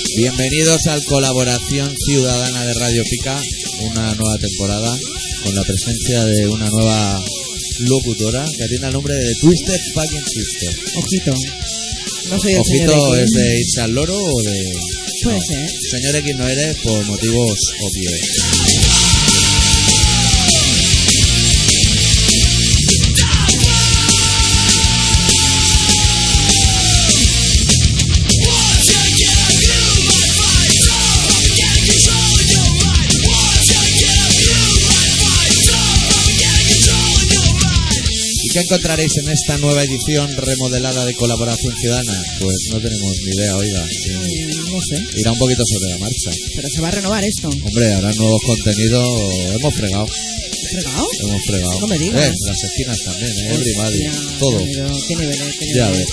Bienvenidos al Colaboración Ciudadana de Radio Pica, una nueva temporada con la presencia de una nueva locutora que tiene el nombre de Twisted Fucking Sister. Ojito. No soy el Ojito, señor X. ¿es de irse al loro o de...? Puede No. ser. Señor X no eres por motivos obvios. ¿Qué encontraréis en esta nueva edición remodelada de Colaboración Ciudadana? Pues no tenemos ni idea, oiga. No sé. Irá un poquito sobre la marcha. Pero se va a renovar esto. Hombre, habrá nuevos contenidos. Hemos fregado. ¿Fregado? Hemos fregado. No me digas. Las esquinas también, Hostia, everybody. Todo. ¿Qué nivel, qué Ya nivel? ves.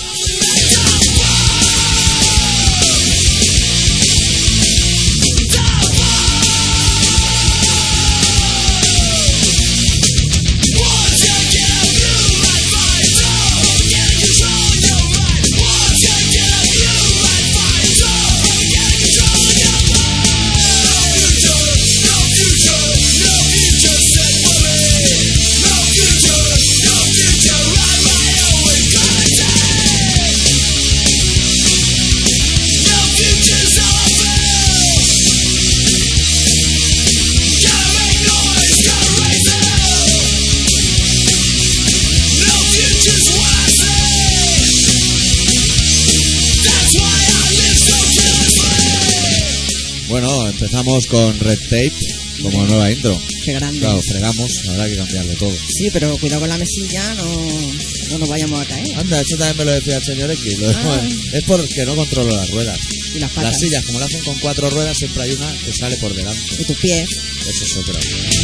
Bueno, empezamos con Red Tape como nueva intro. Qué grande. Claro, fregamos, habrá que cambiarle todo. Sí, pero cuidado con la mesilla, no nos vayamos a caer. Anda, eso también me lo decía el señor X. Es porque no controlo las ruedas. Y las patas. Las sillas, como las hacen con 4 ruedas, siempre hay una que sale por delante. Y tus pies. Eso es otra.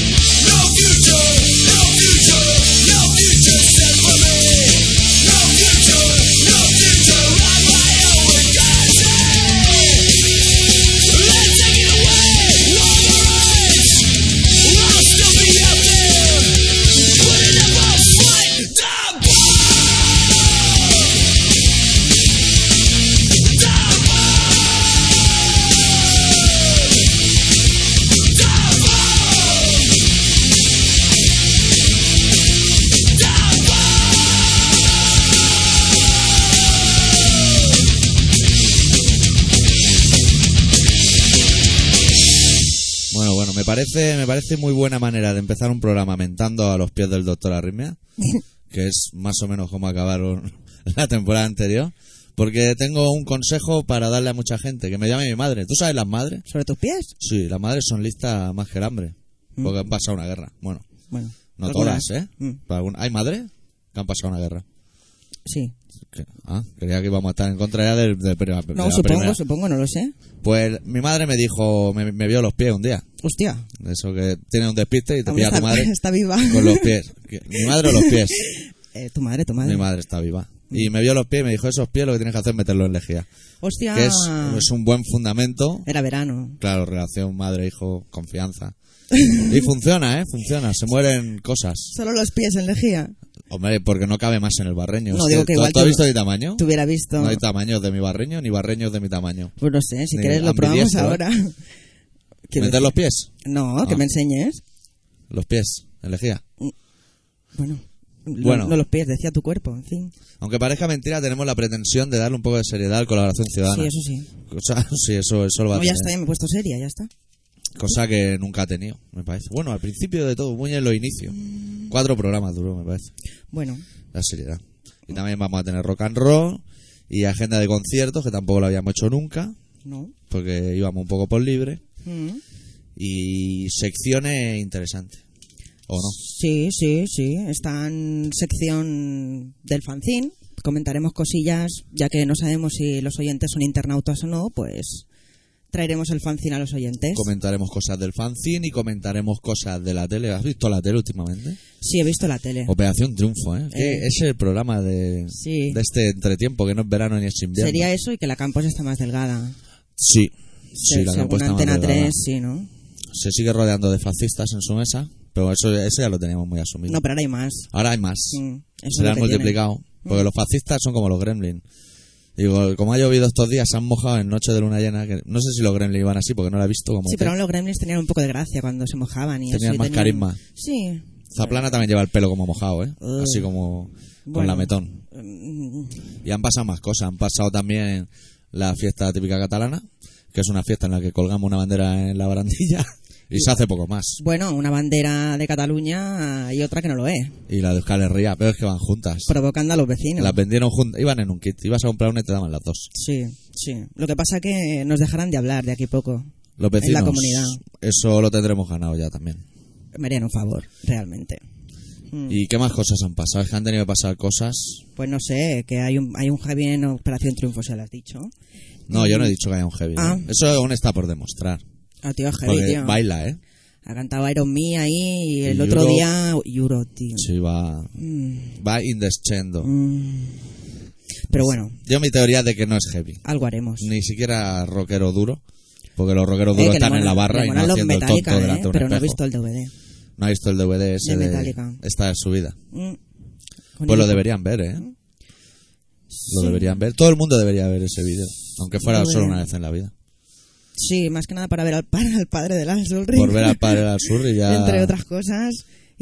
Bueno, me parece muy buena manera de empezar un programa mentando a los pies del doctor Arritmia, que es más o menos como acabaron la temporada anterior, porque tengo un consejo para darle a mucha gente, que me llame mi madre. ¿Tú sabes las madres? ¿Sobre tus pies? Sí, las madres son listas más que el hambre, porque han pasado una guerra. Bueno, Bueno. no algunas. todas, ¿eh? ¿Hay madres que han pasado una guerra? Sí. Creía que íbamos a estar en contra ya de la primera. Supongo, no lo sé. Pues mi madre me dijo, me vio los pies un día. Hostia. Eso que tiene un despiste y te Aún pilla tu madre está viva. con los pies. ¿Mi madre o los pies? Tu madre. Mi madre está viva. Y me vio los pies y me dijo, esos pies lo que tienes que hacer es meterlos en lejía. Hostia. Que es un buen fundamento. Era verano. Claro, relación madre-hijo, confianza. Y funciona, funciona. Se mueren cosas. Solo los pies en lejía. Hombre, porque no cabe más en el barreño. No, digo que igual ¿Tú has visto mi tamaño? Te hubiera visto. No hay tamaños de mi barreño ni barreños de mi tamaño. Pues no sé, si Ni quieres lo probamos ambidiestro, ahora. ¿Meter los pies? No, que me enseñes. Los pies, en lejía. Bueno. No los pies, decía tu cuerpo, en fin. Aunque parezca mentira, tenemos la pretensión de darle un poco de seriedad a la Colaboración Ciudadana. Sí, eso sí. Eso lo va a No, tener. ya está, ya me he puesto seria, ya está. Cosa que nunca ha tenido, me parece. Bueno, al principio de todo, muy en los inicios. 4 programas duró, me parece. Bueno. La seriedad. Y también vamos a tener rock and roll y agenda de conciertos, que tampoco lo habíamos hecho nunca. No. Porque íbamos un poco por libre. Y secciones interesantes. ¿O no? Sí. Está en sección del fanzine. Comentaremos cosillas, ya que no sabemos si los oyentes son internautas o no, pues traeremos el fanzine a los oyentes. Comentaremos cosas del fanzine y comentaremos cosas de la tele. ¿Has visto la tele últimamente? Sí, he visto la tele. Operación Triunfo, ¿eh? Que es el programa de este entretiempo, que no es verano ni es invierno. Sería eso y que la Campos está más delgada. Sí, la Campos está más Antena delgada. 3, sí, ¿no? Se sigue rodeando de fascistas en su mesa, pero eso ya lo teníamos muy asumido. No, pero ahora hay más. Ahora hay más. Eso Se le es han lo que multiplicado. Porque los fascistas son como los gremlins. Digo, como ha llovido estos días, se han mojado en noche de luna llena. Que no sé si los Gremlins iban así, porque no la he visto. Como Sí, pero los Gremlins tenían un poco de gracia cuando se mojaban. Y tenían así, más carisma. Sí. Zaplana también lleva el pelo como mojado, ¿eh? Así como con Bueno. lametón. Y han pasado más cosas. Han pasado también la fiesta típica catalana, que es una fiesta en la que colgamos una bandera en la barandilla. Y se hace poco más. Bueno, una bandera de Cataluña y otra que no lo es. Y la de Euskal Herria, pero es que van juntas. Provocando a los vecinos. Las vendieron juntas, iban en un kit. Ibas a comprar una y te daban las dos. Sí, sí. Lo que pasa es que nos dejarán de hablar de aquí poco. Los vecinos, en la comunidad. Eso lo tendremos ganado ya también. Me harían un favor, realmente. ¿Y qué más cosas han pasado? Es que han tenido que pasar cosas. Pues no sé, que hay un Javi en Operación Triunfo, se lo has dicho. No, yo no he dicho que haya un heavy. Ah. ¿eh? Eso aún está por demostrar. Ah, tío, es Javi, Porque tío. baila, ¿eh? Ha cantado Iron Me ahí y el Y otro Euro. día Euro, tío. Sí, va indescendo. Pero bueno, Yo mi teoría es de que no es heavy. algo haremos. Ni siquiera rockero duro. Porque los rockeros duros Que están le en la molan- barra le y no molan los haciendo el Metallica, tonto delante de un pero no he espejo. visto el DVD. No ha visto el DVD ese De de Metallica. Esta es su vida. Con Pues lo el- deberían ver, ¿eh? Lo deberían ver. Todo el mundo debería ver ese vídeo. Aunque fuera Lo solo deberían. una vez en la vida. Sí, más que nada para ver al padre de Lars Ulrich. Por ver al padre al sur y ya... Entre otras cosas.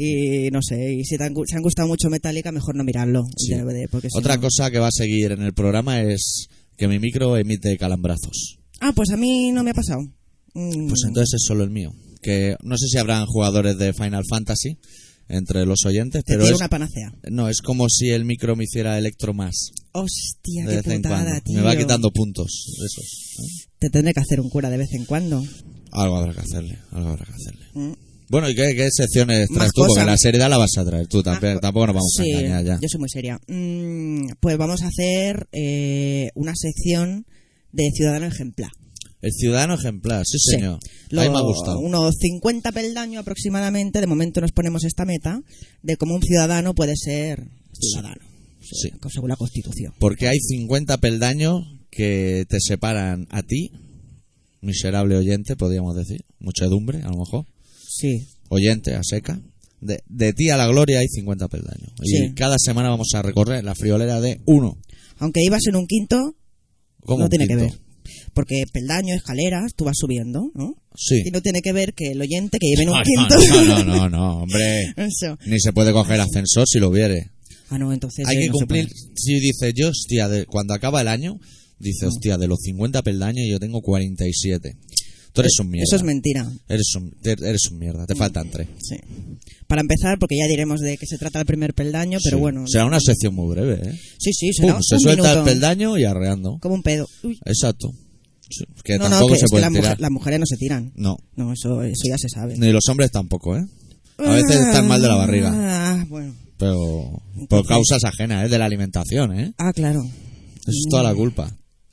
Y no sé, y si te han gustado mucho Metallica, mejor no mirarlo. Sí. El DVD, porque si Otra no- cosa que va a seguir en el programa es que mi micro emite calambrazos. Ah, pues a mí no me ha pasado. Pues entonces es solo el mío. Que no sé si habrán jugadores de Final Fantasy entre los oyentes, Te pero tira es, una panacea. no, es como si el micro me hiciera electro más Hostia, de qué vez en putada, cuando. tío. Me va quitando puntos de esos. ¿eh? Te tendré que hacer un cura de vez en cuando. Algo habrá que hacerle, algo habrá que hacerle. Mm. Bueno, ¿y qué secciones Más traes tú? cosas. Porque la seriedad la vas a traer tú, tampoco nos vamos a Sí, engañar ya. yo soy muy seria. Pues vamos a hacer una sección de Ciudadano Ejemplar. El ciudadano ejemplar, sí señor. Lo- A mí me ha gustado. Unos 50 peldaños aproximadamente, de momento nos ponemos esta meta, de cómo un ciudadano puede ser ciudadano. Sí. Según la Constitución. Porque hay 50 peldaños que te separan a ti, miserable oyente, podríamos decir, muchedumbre, a lo mejor, Sí. oyente a seca. De ti a la gloria hay 50 peldaños. Sí. Y cada semana vamos a recorrer la friolera de uno. Aunque ibas en un quinto, ¿Cómo no un tiene que quinto? ver. Porque peldaño, escaleras, tú vas subiendo, ¿no? Sí. Y no tiene que ver que el oyente que vive en un No, quinto... no, hombre. Eso. Ni se puede coger ascensor si lo hubiere. Ah, no, entonces... Hay que no se cumplir. puede. Si dice yo, hostia, cuando acaba el año, dice, hostia, de los 50 peldaños yo tengo 47. Tú eres un mierda. Eso es mentira. Eres un mierda, te faltan 3. Sí. Para empezar, porque ya diremos de qué se trata el primer peldaño, pero bueno. Será una sección muy breve, ¿eh? Sí, será Pum, se un suelta minuto. el peldaño y arreando. Como un pedo. Uy. Exacto. Sí, que No, tampoco que se es que puede tirar. las mujeres no se tiran. No, No, eso ya se sabe. ni los hombres tampoco, ¿eh? A veces están mal de la barriga, Ah, bueno. pero por causas ajenas, ¿eh? De la alimentación, ¿eh? Ah, claro. Eso es toda la culpa.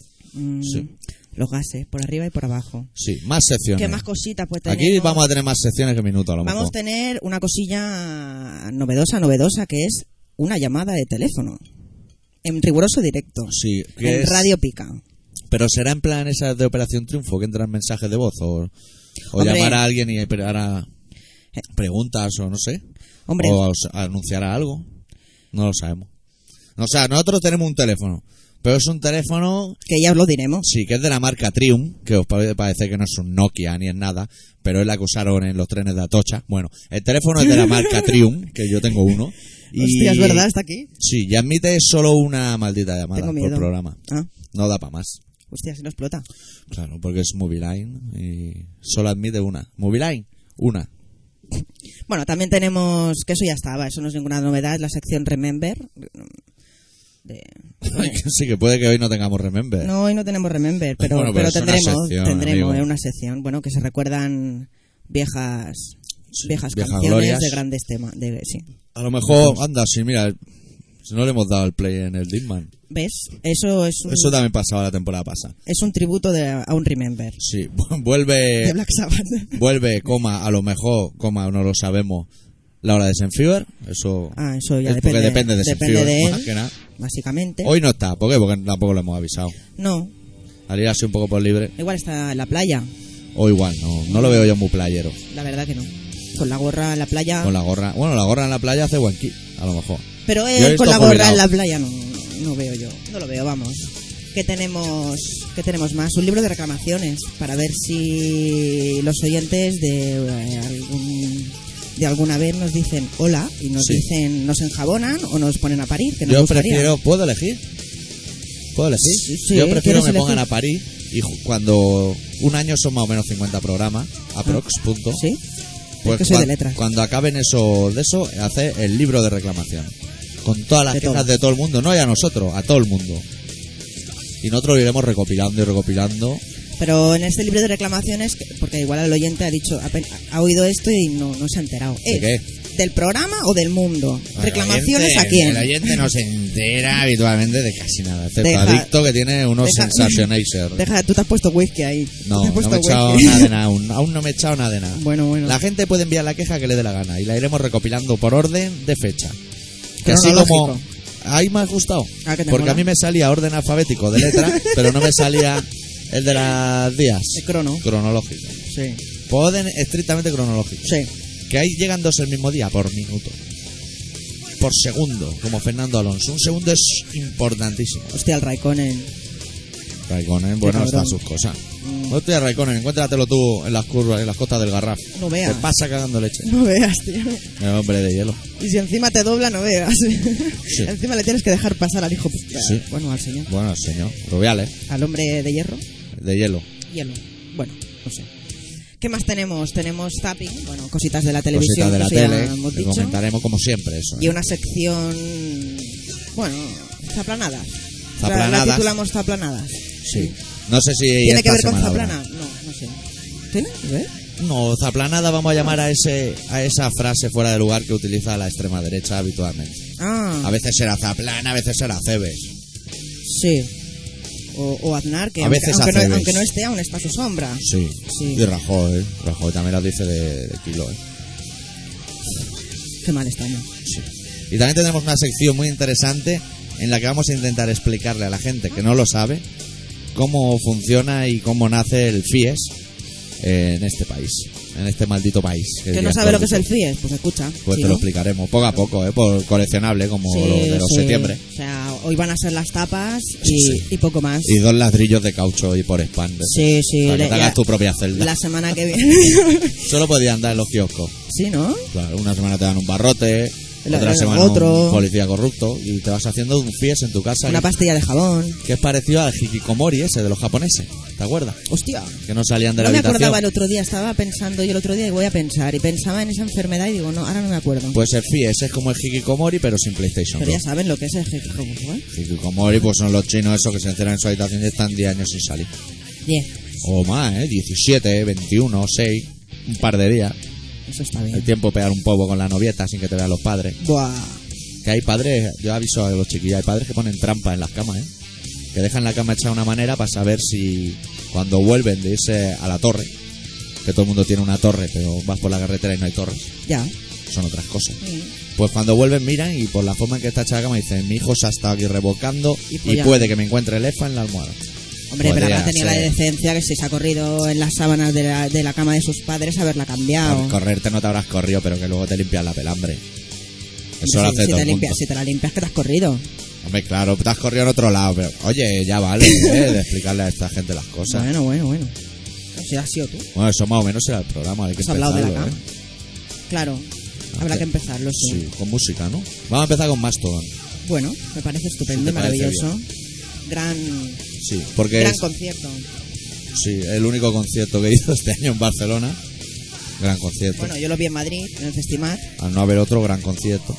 Sí. Los gases, por arriba y por abajo. Sí, más secciones. ¿Qué más cositas pues tenemos? Aquí vamos a tener más secciones que minutos, a lo Vamos a mejor. tener una cosilla novedosa, que es una llamada de teléfono. En riguroso directo. Sí, que En es... Radio Pica. Pero será en plan esa de Operación Triunfo, que entran mensajes de voz o Hombre. llamar a alguien y hará preguntas o no sé. Hombre. O anunciará algo. No lo sabemos. O sea, nosotros tenemos un teléfono, pero es un teléfono, Que ya os lo diremos. sí, que es de la marca Triumph, que os puede parecer que no es un Nokia ni es nada, pero es la que usaron en los trenes de Atocha. Bueno, el teléfono es de la marca Triumph, que yo tengo uno. Y Hostia, es verdad, está aquí. sí, y admite solo una maldita llamada Tengo por miedo. programa. Ah, No da para más. hostia, si no explota. Claro, porque es Moviline y solo admite una. Moviline, una. Bueno, también tenemos, que eso ya estaba, eso no es ninguna novedad, la sección Remember. Sí, que puede que hoy no tengamos Remember. No, hoy no tenemos Remember, pero, Bueno, pero es una tendremos, sección, amigo. una sección, bueno, que se recuerdan viejas viejas canciones glorias. de grandes temas, sí. A lo mejor, anda, sí, mira, si no le hemos dado el play en el Discman. ¿Ves? Eso es un, Eso también pasaba la temporada pasada. es un tributo a un Remember Sí, de vuelve, Black Sabbath. vuelve, a lo mejor, no lo sabemos, la hora de Senfever. Eso, Ah, eso ya es porque depende de Senfever, de él, más que nada. básicamente. Hoy no está, ¿por qué? Porque tampoco lo hemos avisado. No, Al ir así un poco por libre, igual está en la playa, o igual, no lo veo yo muy playero. la verdad que no. Con la gorra en la playa. Con la gorra, bueno, la gorra en la playa hace buen kit, a lo mejor. Pero Yo he él con visto la gorra jubilado. en la playa no veo yo. No lo veo, vamos. ¿Qué tenemos más? Un libro de reclamaciones para ver si los oyentes de alguna vez nos dicen hola y nos dicen, nos enjabonan o nos ponen a parir. Que nos Yo gustaría. prefiero, ¿puedo elegir? Sí, Yo prefiero que me ¿quieres pongan a elegir? parir y cuando un año son más o menos 50 programas, aprox, punto. Sí. Pues Es que soy de letras. cuando acaben eso, hace el libro de reclamación. Con todas las De quejas todo. de todo el mundo, no y a nosotros, a todo el mundo. Y nosotros lo iremos recopilando y recopilando. Pero en este libro de reclamaciones, porque igual el oyente ha dicho, ha oído esto y no se ha enterado. ¿De qué? ¿Del programa o del mundo? Bueno, ¿Reclamaciones el oyente, a quién? El oyente no se entera habitualmente de casi nada. Excepto Deja- Adicto, que tiene unos deja- sensationazer. Tú te has puesto whisky ahí. No, Te has no puesto me he echado whisky. nada de nada aún no me he echado nada de nada. Bueno. La gente puede enviar la queja que le dé la gana y la iremos recopilando por orden de fecha. Que así Cronológico. como... Ahí me ha gustado. Ah, que te Porque mola. a mí me salía orden alfabético de letra, pero no me salía el de las días. El crono. Cronológico. Sí. Por orden estrictamente cronológico. Sí. Que ahí llegan dos el mismo día, por minuto. Por segundo, como Fernando Alonso. Un segundo es importantísimo. Hostia, el Raikkonen. Raikkonen, bueno, cabrón. están sus cosas. Hostia, Raikkonen, encuéntratelo tú en las curvas, en las costas del Garraf. No veas. Te pasa cagando leche. No veas, tío. El hombre de hielo. Y si encima te dobla, no veas. Sí. Encima le tienes que dejar pasar al hijo. Sí. Bueno, al señor. Bueno, señor. Rubiales, Al hombre de hierro. de hielo. Hielo. Bueno, no sé. ¿Qué más tenemos? Tenemos zapping, bueno, cositas de la televisión. Cositas de la que eso ya tele. hemos Que dicho. comentaremos como siempre eso. Y una sección, bueno, zaplanadas. Zaplanadas. La titulamos zaplanadas. Sí. No sé si ¿Tiene esta que ver con semana habrá. zaplana? No sé. ¿Tiene? A ver. No, zaplanada vamos a llamar a esa frase fuera de lugar que utiliza la extrema derecha habitualmente. A Ah, veces será zaplana, a veces será cebes. sí. O Aznar, que A veces aunque, Aceves. aunque no esté, aún está a su sombra. Sí. Sí. Y Rajoy. Rajoy también lo dice de kilo, Qué mal estamos. Sí. Y también tenemos una sección muy interesante en la que vamos a intentar explicarle a la gente que no lo sabe cómo funciona y cómo nace el FIES en este país, en este maldito país. ¿Que no sabe lo que es el FIES? Pues escucha. Pues sí, te lo ¿no? explicaremos poco a poco, por coleccionable, como Sí, lo de los sí. septiembre. O sea, hoy van a ser las tapas Sí, y, sí. y poco más. Y 2 ladrillos de caucho y por spam. Sí, sí. Para que te hagas la, tu propia celda. la semana que viene. Solo podía andar en los kioscos. Sí, ¿no? Claro, una semana te dan un barrote, otra el semana otro. un policía corrupto y te vas haciendo un FIES en tu casa. Una pastilla de jabón. Que es parecido al hikikomori ese de los japoneses, ¿te acuerdas? Hostia. Que no salían de No la me habitación. acordaba el otro día, estaba pensando yo el otro día y voy a pensar. Y pensaba en esa enfermedad y digo, no, ahora no me acuerdo. Pues el FIES es como el hikikomori pero sin PlayStation Pero ya 2. saben lo que es el Hekikomori, ¿eh? Hikikomori pues son los chinos esos que se encierran en su habitación y están 10 años sin salir. 10. O más, 17, 21, 6, un par de días. Eso está El bien. tiempo pegar un poco con la novieta sin que te vean los padres. Buah. Que hay padres, yo aviso a los chiquillos, hay padres que ponen trampa en las camas, que dejan la cama hecha de una manera para saber si cuando vuelven de irse a la torre, que todo el mundo tiene una torre, pero vas por la carretera y no hay torres, Ya. son otras cosas. Pues cuando vuelven miran y por la forma en que está hecha la cama dicen, mi hijo se ha estado aquí rebocando Y y follando. puede que me encuentre el EFA en la almohada. Hombre, pero Podría habrá tenido la ser. decencia que si se ha corrido en las sábanas de la cama de sus padres, haberla cambiado. Correrte no te habrás corrido, pero que luego te limpias la pelambre. Eso Hombre, lo hace si todo te el mundo. limpias, si te la limpias, que te has corrido. Hombre, claro, te has corrido en otro lado, pero oye, ya vale, de explicarle a esta gente las cosas. Bueno. Si has sido tú. Bueno, eso más o menos será el programa, hay que Has hablado de la empezarlo, cama. Claro. Habrá que empezarlo, sí. Sí, con música, ¿no? Vamos a empezar con Mastodon. Bueno, me parece estupendo, Sí, te parece maravilloso. Gran Sí, porque gran es concierto. sí, el único concierto que hizo este año en Barcelona. Gran concierto. Bueno, yo lo vi en Madrid, en el Festimat. Al no haber otro, gran concierto.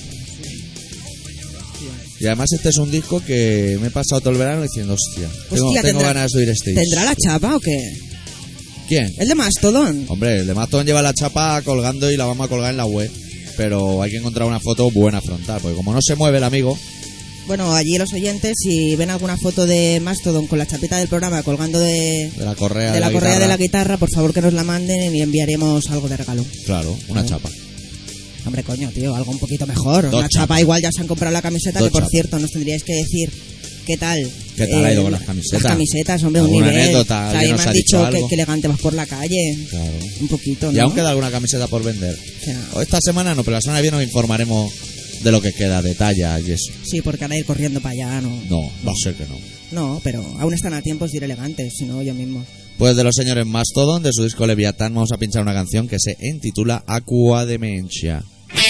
Y además este es un disco que me he pasado todo el verano diciendo, hostia, tengo Hostia, ganas de oír este disco. ¿Tendrá la chapa o qué? ¿Quién? ¿El de Mastodon? Hombre, el de Mastodon lleva la chapa colgando y la vamos a colgar en la web. Pero hay que encontrar una foto buena frontal, porque como no se mueve el amigo, Bueno, allí los oyentes, si ven alguna foto de Mastodon con la chapita del programa colgando de de la correa la correa guitarra, de la guitarra, por favor que nos la manden y enviaremos algo de regalo. claro, una chapa. Hombre, coño, tío, algo un poquito mejor. Dos Una chapa chapas. igual ya se han comprado la camiseta, Dos que por chapas. cierto nos tendríais que decir qué tal. ¿Qué tal ha ido con las camisetas? Las camisetas, hombre, un ¿Alguna nivel. anécdota? O sea, ¿Alguien ahí nos me ha han dicho dicho que, algo? que elegante vas por la calle. Claro. Un poquito, Y ¿no? aún queda alguna camiseta por vender. O sea, Esta semana no, pero la semana que viene os informaremos de lo que queda de talla y eso. Sí, porque ahora ir corriendo para allá no. No, va a ser que no. No, pero aún están a tiempo de ir elegantes, si no yo mismo. Pues de los señores Mastodon, de su disco Leviatán, vamos a pinchar una canción que se intitula Aqua Dementia.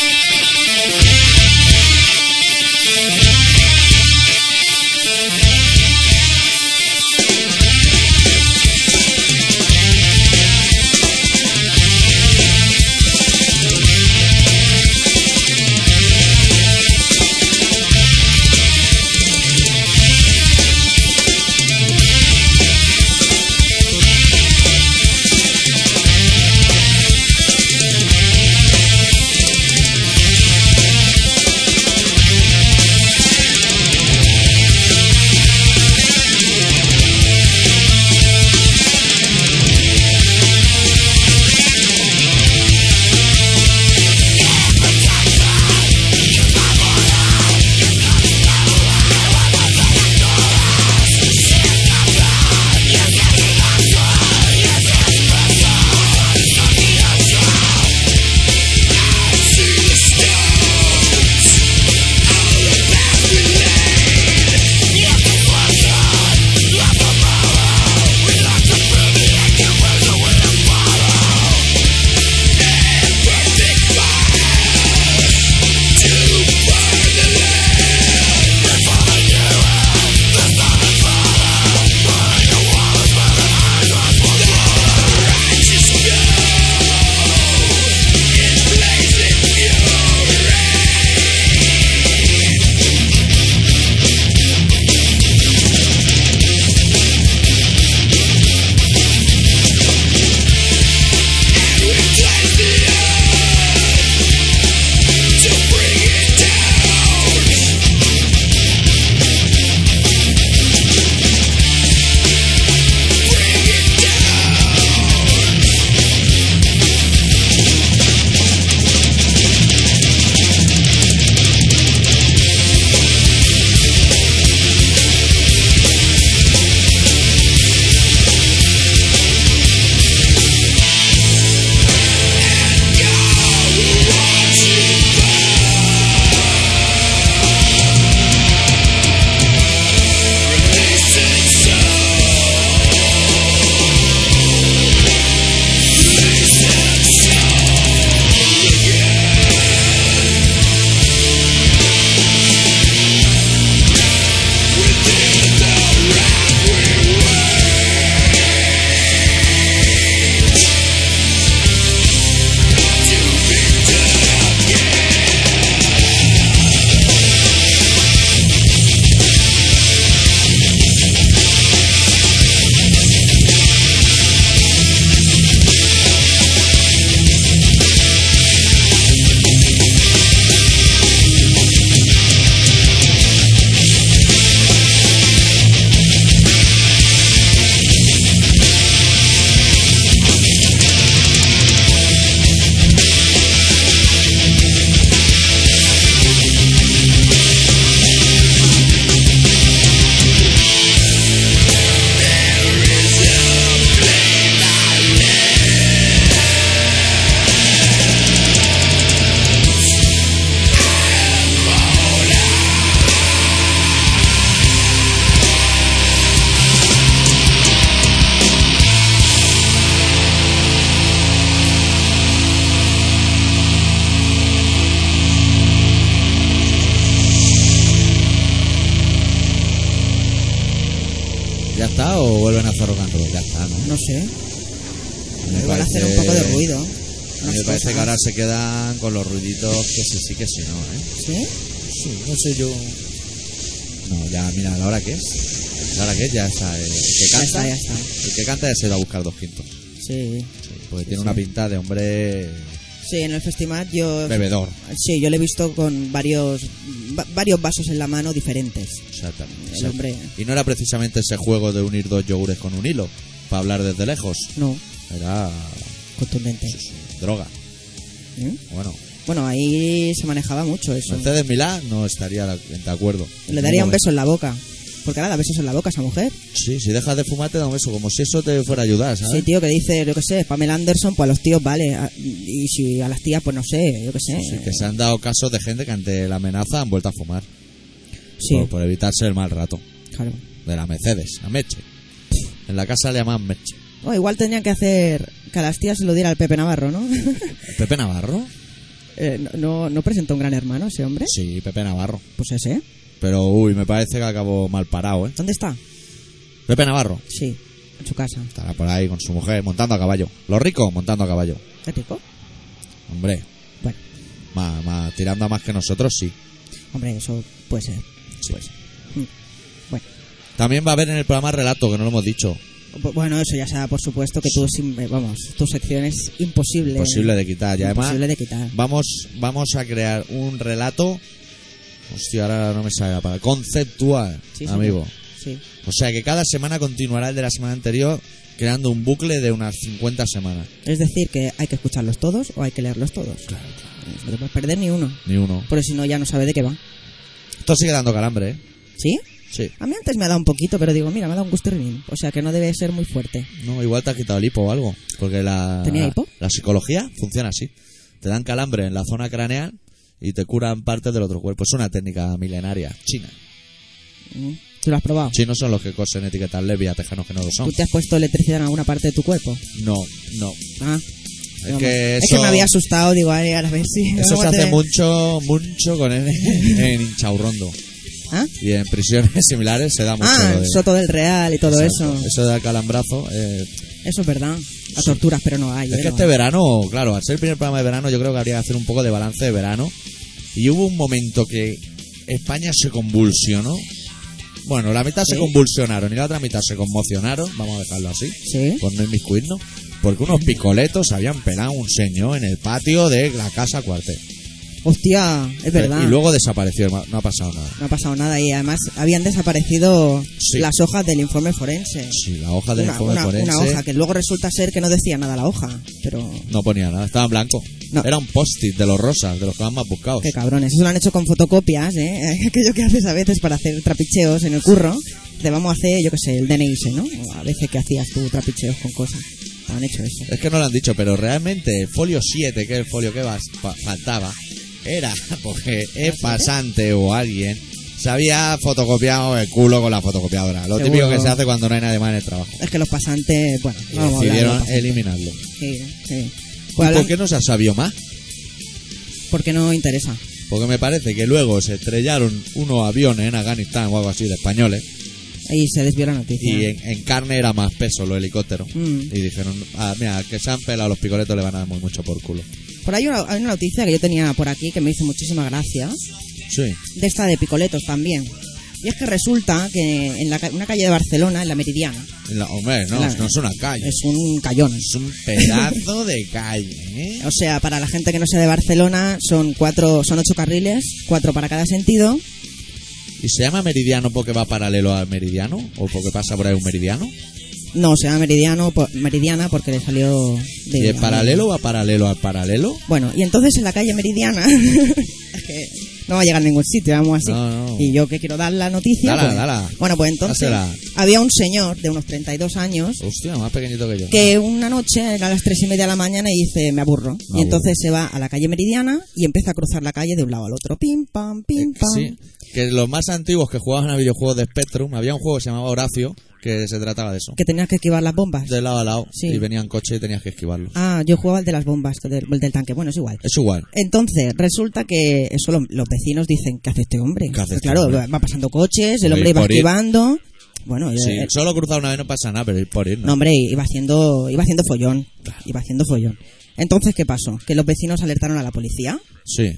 ¿Ya está o vuelven a hacer rock and roll? Ya está, ¿no? No sé. Me Igual parece- hacer un poco de ruido. A mí me Unas parece que cosas. ahora se quedan con los ruiditos que sí, que sí, no, ¿eh? ¿Sí? Sí, no sé yo. No, ya, mira, ¿la hora qué es? ¿La hora qué es? Ya está. El que Ya canta, está, ya está. El que canta ya se va a buscar 2 quintos. Sí. Porque tiene sí. una pinta de hombre Sí, en el festival yo... bebedor. Sí, yo lo he visto con varios vasos en la mano diferentes. Exactamente. El hombre... Y no era precisamente ese juego de unir 2 yogures con un hilo, para hablar desde lejos. No, Era contundente. droga. ¿Eh? Bueno, Bueno, ahí se manejaba mucho eso. Mercedes Milá no estaría de acuerdo. Le daría un beso en la boca. Porque ahora da besos en la boca a esa mujer. Sí, si dejas de fumar te da un beso, como si eso te fuera a ayudar, ¿sabes? Sí, tío, que dice, yo qué sé, Pamela Anderson, pues a los tíos vale. Y si a las tías, pues no sé, yo qué sé. Sí, que se han dado casos de gente que ante la amenaza han vuelto a fumar. Sí, Por evitarse el mal rato. claro. De la Mercedes, la Meche. En la casa le llaman Meche. Oh, igual tendrían que hacer que a las tías se lo diera al Pepe Navarro, ¿no? ¿Pepe Navarro? ¿No presentó un Gran Hermano ese hombre? Sí, Pepe Navarro. Pues ese. Pero, uy, me parece que acabó mal parado, ¿eh? ¿Dónde está? Pepe Navarro. Sí, en su casa. Estará por ahí con su mujer montando a caballo. Los ricos montando a caballo. ¿Es rico? Hombre, Bueno, tirando a más que nosotros, sí. hombre, eso puede ser. Sí. Puede ser. Bueno. También va a haber en el programa relato, que no lo hemos dicho. Bueno, eso ya sea, por supuesto, que tu sección es imposible. Imposible de quitar. Y además, Imposible de quitar. vamos a crear un relato. Hostia, ahora no me sale la palabra. Conceptual, Sí, amigo. Sí. O sea que cada semana continuará el de la semana anterior, creando un bucle de unas 50 semanas. Es decir, que hay que escucharlos todos o hay que leerlos todos. Claro. No te puedes perder ni uno. Ni uno. Porque si no, ya no sabe de qué va. Esto sigue dando calambre, ¿eh? ¿Sí? Sí. A mí antes me ha dado un poquito, pero digo, mira, me ha dado un gustirrinín. O sea que no debe ser muy fuerte. No, igual te has quitado el hipo o algo. Porque ¿Tenía hipo? La psicología funciona así. Te dan calambre en la zona craneal y te curan partes del otro cuerpo. Es una técnica milenaria, china. ¿Tú lo has probado? Chinos son los que cosen etiquetas lesbias, tejanos que no lo son. ¿Tú te has puesto electricidad en alguna parte de tu cuerpo? No. Ah. Es que Es eso, que me había asustado, digo, ay, a ver si... eso vamos se a hace tener- mucho con en Inchaurrondo. ¿Ah? Y en prisiones similares se da mucho. Ah, Soto del Real y todo Exacto. eso. Eso de calambrazo. Eso es verdad. A torturas, pero no hay. Es que no este hay. verano, claro, al ser el primer programa de verano, yo creo que habría que hacer un poco de balance de verano. Y hubo un momento que España se convulsionó. Bueno, la mitad se ¿Sí? convulsionaron y la otra mitad se conmocionaron, vamos a dejarlo así, Sí. por no inmiscuirnos, porque unos picoletos habían pelado a un señor en el patio de la casa cuartel. Hostia, es verdad. Y luego desapareció, no ha pasado nada. No ha pasado nada y además habían desaparecido Sí. las hojas del informe forense. Sí, la hoja del informe una forense hoja que luego resulta ser que no decía nada la hoja, pero no ponía nada, estaba en blanco. No. Era un post-it de los rosas, de los que van más buscados. qué cabrones. Eso lo han hecho con fotocopias, ¿eh? Aquello que haces a veces para hacer trapicheos en el curro. Te vamos a hacer, yo qué sé, el DNI, ¿no? O a veces que hacías tú trapicheos con cosas. Han hecho eso. Es que no lo han dicho, pero realmente el folio 7, que es el folio que faltaba, era porque el pasante o alguien se había fotocopiado el culo con la fotocopiadora. Lo Seguro. típico que se hace cuando no hay nadie más en el trabajo. Es que los pasantes, bueno, Y no vamos a hablar de decidieron los pasantes. eliminarlo. Sí, sí. ¿Y Pues por qué no se ha sabido más? porque no interesa. Porque me parece que luego se estrellaron unos aviones en Afganistán o algo así de españoles Ahí se desvió la noticia. y en carne era más peso los helicópteros. Mm. Y dijeron, mira, que se han pelado los picoletos le van a dar muy mucho por culo. Por ahí hay una noticia que yo tenía por aquí que me hizo muchísima gracia. Sí. De esta de picoletos también. Y es que resulta que en una calle de Barcelona, en la Meridiana, Hombre, no es una calle. es un callón. Es un pedazo de calle, ¿eh? O sea, para la gente que no sea de Barcelona, son 8 carriles, 4 para cada sentido. ¿Y se llama meridiano porque va paralelo al meridiano? ¿O porque pasa por ahí un meridiano? No, se llama Meridiana porque le salió de... ¿Y el paralelo va paralelo al paralelo? Bueno, y entonces en la calle Meridiana... es que no va a llegar a ningún sitio, vamos así. No. Y yo que quiero dar la noticia... Dala, pues, dala. Bueno, pues entonces Dásela. había un señor de unos 32 años Hostia, más pequeñito que yo. que una noche, a las 3:30 de la mañana, y dice, me aburro. Y entonces se va a la calle Meridiana y empieza a cruzar la calle de un lado al otro. Pim, pam, pim, pam. Sí, que los más antiguos que jugaban a videojuegos de Spectrum, había un juego que se llamaba Horacio, que se trataba de eso. Que tenías que esquivar las bombas. De lado a lado, Sí. y venían coches y tenías que esquivarlos. Ah, yo jugaba el de las bombas, el del tanque. Bueno, es igual. Es igual. Entonces, resulta que eso los vecinos dicen, ¿qué hace este hombre? ¿Qué hace Pues este claro, hombre? va pasando coches, el Oye, hombre iba por ir. esquivando. Bueno, Sí, solo cruzar una vez no pasa nada, pero ir por ir, no, ¿no? hombre, iba haciendo follón. Iba haciendo follón. Entonces, ¿qué pasó? Que los vecinos alertaron a la policía Sí,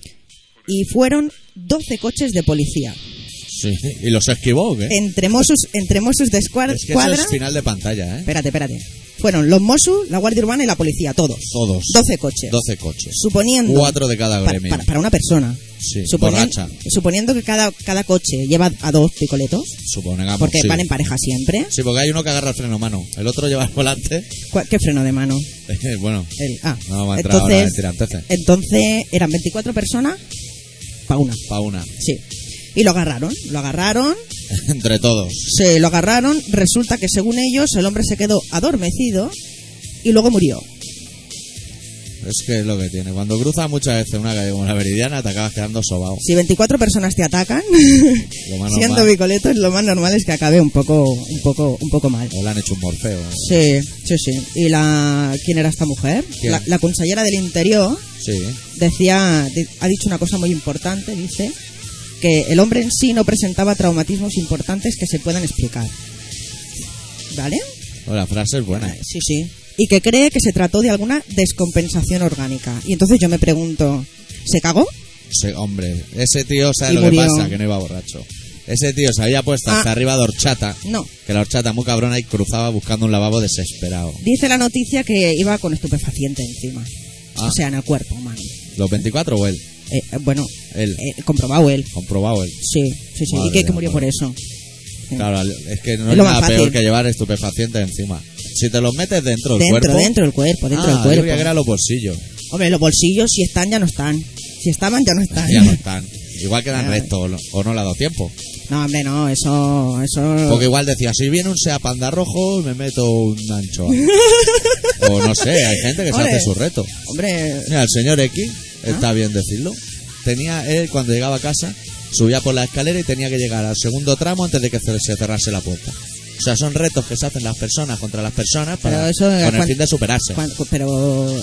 y fueron 12 coches de policía. sí. ¿Y los esquivó o qué? Entre Mossos de Escuadra... Es que eso es final de pantalla, ¿eh? Espérate. Fueron los Mossos, la Guardia Urbana y la policía, todos. Todos. 12 coches. 12 coches. Suponiendo... 4 de cada gremio. Para una persona. Sí, Suponiendo, borracha. suponiendo que cada coche lleva a 2 picoletos, Supongamos, porque sí. van en pareja siempre. Sí, porque hay uno que agarra el freno a mano. El otro lleva el volante. ¿Qué freno de mano? Bueno, no vamos a entrar ahora en tiranteces. Entonces eran 24 personas para una. Pa' una. Sí. Y lo agarraron Entre todos. Se lo agarraron. Resulta que según ellos el hombre se quedó adormecido y luego murió. Es que es lo que tiene. Cuando cruzas muchas veces una calle como la Meridiana, te acabas quedando sobao. Si 24 personas te atacan, Lo más siendo normal. bicoletos, lo más normal es que acabe un poco mal. O le han hecho un morfeo. Sí. ¿Y quién era esta mujer? ¿Quién? La consellera del Interior Sí. ha dicho una cosa muy importante, dice que el hombre en sí no presentaba traumatismos importantes que se puedan explicar. ¿Vale? La frase es buena. Sí. Y que cree que se trató de alguna descompensación orgánica. Y entonces yo me pregunto, ¿se cagó? Sí, hombre, ese tío, ¿sabes Y lo murió. que pasa? Que no iba borracho. Ese tío se había puesto hasta arriba de horchata. No. Que la horchata muy cabrona y cruzaba buscando un lavabo desesperado. Dice la noticia que iba con estupefaciente encima. Ah. O sea, en el cuerpo humano. ¿Los 24 o él? Bueno, Él. comprobado él. Comprobado él. Sí. Madre Y que mía, murió por eso. Sí. Claro, es que no Es es lo más nada peor fácil. que llevar estupefacientes encima. Si te los metes dentro del Dentro cuerpo... del cuerpo, dentro del Yo cuerpo. creía que eran los bolsillos. Hombre, los bolsillos si están ya no están. Si estaban ya no están. Ya no están. Igual quedan Ya. rectos o no le ha dado tiempo. No, hombre, no, eso... Porque igual decía, si viene un Sea Panda rojo, me meto un anchoa. O no sé, hay gente que se Hombre. hace su reto. Hombre, Mira, el señor X, ¿Ah? está bien decirlo, él cuando llegaba a casa, subía por la escalera y tenía que llegar al segundo tramo antes de que se cerrase la puerta. O sea, son retos que se hacen las personas contra las personas para, Pero eso, con el fin de superarse. pero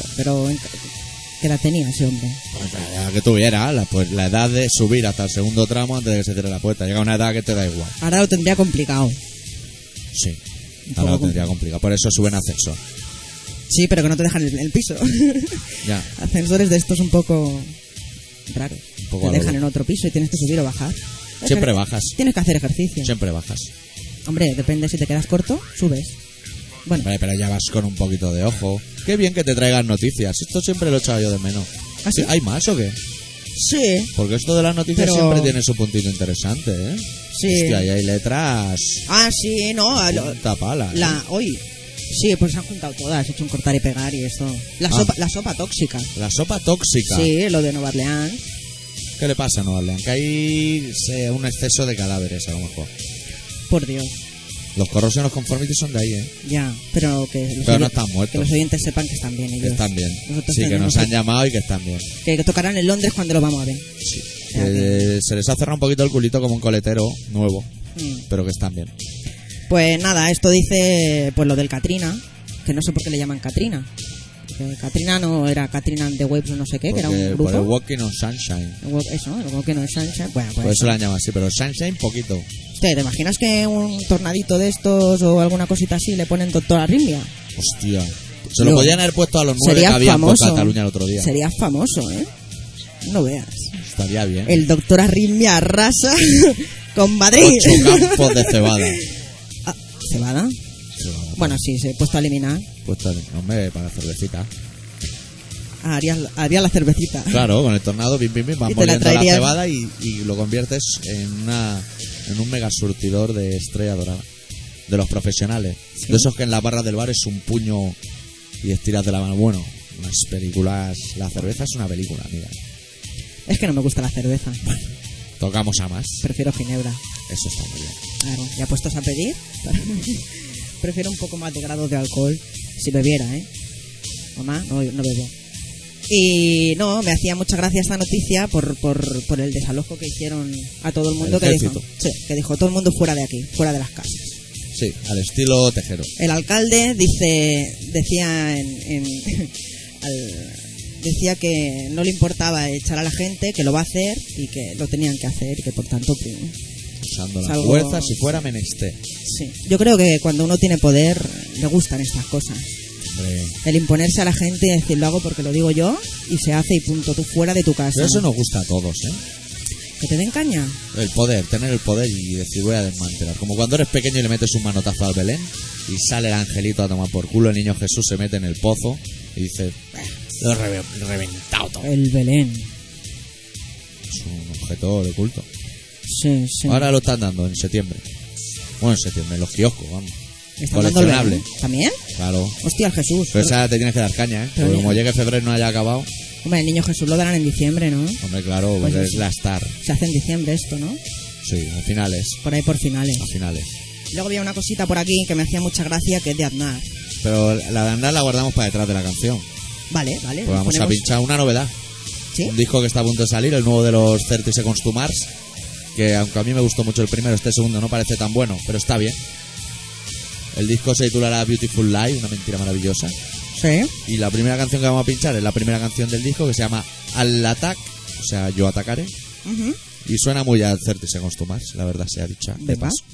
¿qué edad tenía ese hombre? Pues ya que tuviera la edad de subir hasta el segundo tramo antes de que se cierre la puerta. Llega una edad que te da igual. Ahora lo tendría complicado. Sí, Un ahora lo poco tendría complicado. Por eso suben ascensor. Sí, pero que no te dejan el piso. Ya. Ascensores de estos un poco raros. Un poco a Te lo dejan en loco. otro piso y tienes que subir o bajar. Siempre bajas. Tienes que hacer ejercicio. Siempre bajas. Hombre, depende, si te quedas corto, subes. Bueno, Vale, pero ya vas con un poquito de ojo. Qué bien que te traigan noticias. Esto siempre lo he echado yo de menos. ¿Ah, sí? ¿Hay más o qué? sí. Porque esto de las noticias Pero- siempre tiene su puntito interesante, ¿eh? Sí. Hostia, y hay letras... Ah, sí, no. Punta pala, ¿eh? Hoy. Sí, pues se han juntado todas, he hecho un cortar y pegar y esto. La sopa tóxica. La sopa tóxica. Sí, lo de Nueva Orleans. ¿Qué le pasa a Nueva Orleans? Que hay un exceso de cadáveres, a lo mejor. Por Dios. Los corrosiones conformity son de ahí, ¿eh? Ya, pero que los, Pero no están muertos. que los oyentes sepan que están bien ellos. Que están bien. Nosotros Sí, que tenemos nos han llamado y que están bien. que tocarán en Londres cuando lo vamos a ver. Sí. Ya, que- Se les ha cerrado un poquito el culito como un coletero nuevo, Mm. pero que están bien. Pues nada, esto dice pues lo del Katrina, que no sé por qué le llaman Katrina. Katrina no era Katrina and the Waves o no sé qué, que era un Por el grupo. Walking on Sunshine. Eso, el Walking on Sunshine. Bueno, Por pues eso la llaman así, pero Sunshine poquito. Hostia, ¿te imaginas que un tornadito de estos o alguna cosita así le ponen Doctor Arritmia? Hostia. Se lo Yo- podían haber puesto a los 9 que Sería habían por famoso. Cataluña el otro día. Sería famoso, ¿eh? No veas. Estaría bien. El Doctor Arritmia arrasa con Madrid. 8 campos de cebada. Ah, ¿cebada? Cebada. Bueno, sí, se he puesto a eliminar. Puesto hombre, para la cervecita. Haría la cervecita. Claro, con el tornado, bim, bim, bim, vas Y te la moliendo la traerías. cebada y lo conviertes en un mega surtidor de estrella dorada. De los profesionales. Sí. De esos que en la barra del bar es un puño y estiras de la mano. Bueno, unas películas. La cerveza es una película, mira. Es que no me gusta la cerveza. Tocamos a más. Prefiero ginebra. Eso está muy bien. Claro, ya puestos a pedir. Prefiero un poco más de grado de alcohol. Si bebiera, ¿eh? Mamá, no bebo. Y no, me hacía mucha gracia esta noticia por el desalojo que hicieron a todo el mundo. El Que dijo, ejército. sí, que dijo todo el mundo fuera de aquí, fuera de las casas. Sí, al estilo Tejero. El alcalde decía decía que no le importaba echar a la gente, que lo va a hacer y que lo tenían que hacer y que por tanto pues, Usando la Salvo- fuerza si fuera menester. sí. Yo creo que cuando uno tiene poder le gustan estas cosas. Hombre. El imponerse a la gente y decir lo hago porque lo digo yo y se hace y punto, tú fuera de tu casa. Pero eso nos gusta a todos, ¿eh? Que te den caña. El poder, tener el poder y decir voy a desmantelar. Como cuando eres pequeño y le metes un manotazo al Belén y sale el angelito a tomar por culo, el niño Jesús se mete en el pozo y dice, lo he reventado todo. El Belén. Es un objeto de culto. Sí, sí. Ahora lo están dando en septiembre. Bueno, en septiembre, en los kioscos, vamos. ¿Están dando el Coleccionable. Belén? ¿También? Claro. Hostia, el Jesús. Pero esa te tienes que dar caña, ¿eh? Pero Porque mira. como llegue febrero y no haya acabado, Hombre, el niño Jesús lo darán en diciembre, ¿no? hombre, claro, Pues porque sí. es la star. Se hace en diciembre esto, ¿no? Sí, a finales. Por ahí por finales. A finales. Luego había una cosita por aquí que me hacía mucha gracia, que es de Aznar. Pero la de Andar la guardamos para detrás de la canción. Vale. Pues vamos a ponemos- pinchar una novedad. ¿Sí? Un disco que está a punto de salir, el nuevo de los 30 Seconds to Mars. Que aunque a mí me gustó mucho el primero, este segundo no parece tan bueno, pero está bien. El disco se titulará Beautiful Lie, una mentira maravillosa. Sí. Y la primera canción que vamos a pinchar es la primera canción del disco, que se llama Al Attack, o sea, yo atacaré. Ujú. Y suena muy a 30 Seconds to Mars, la verdad sea dicha de Venga. paso.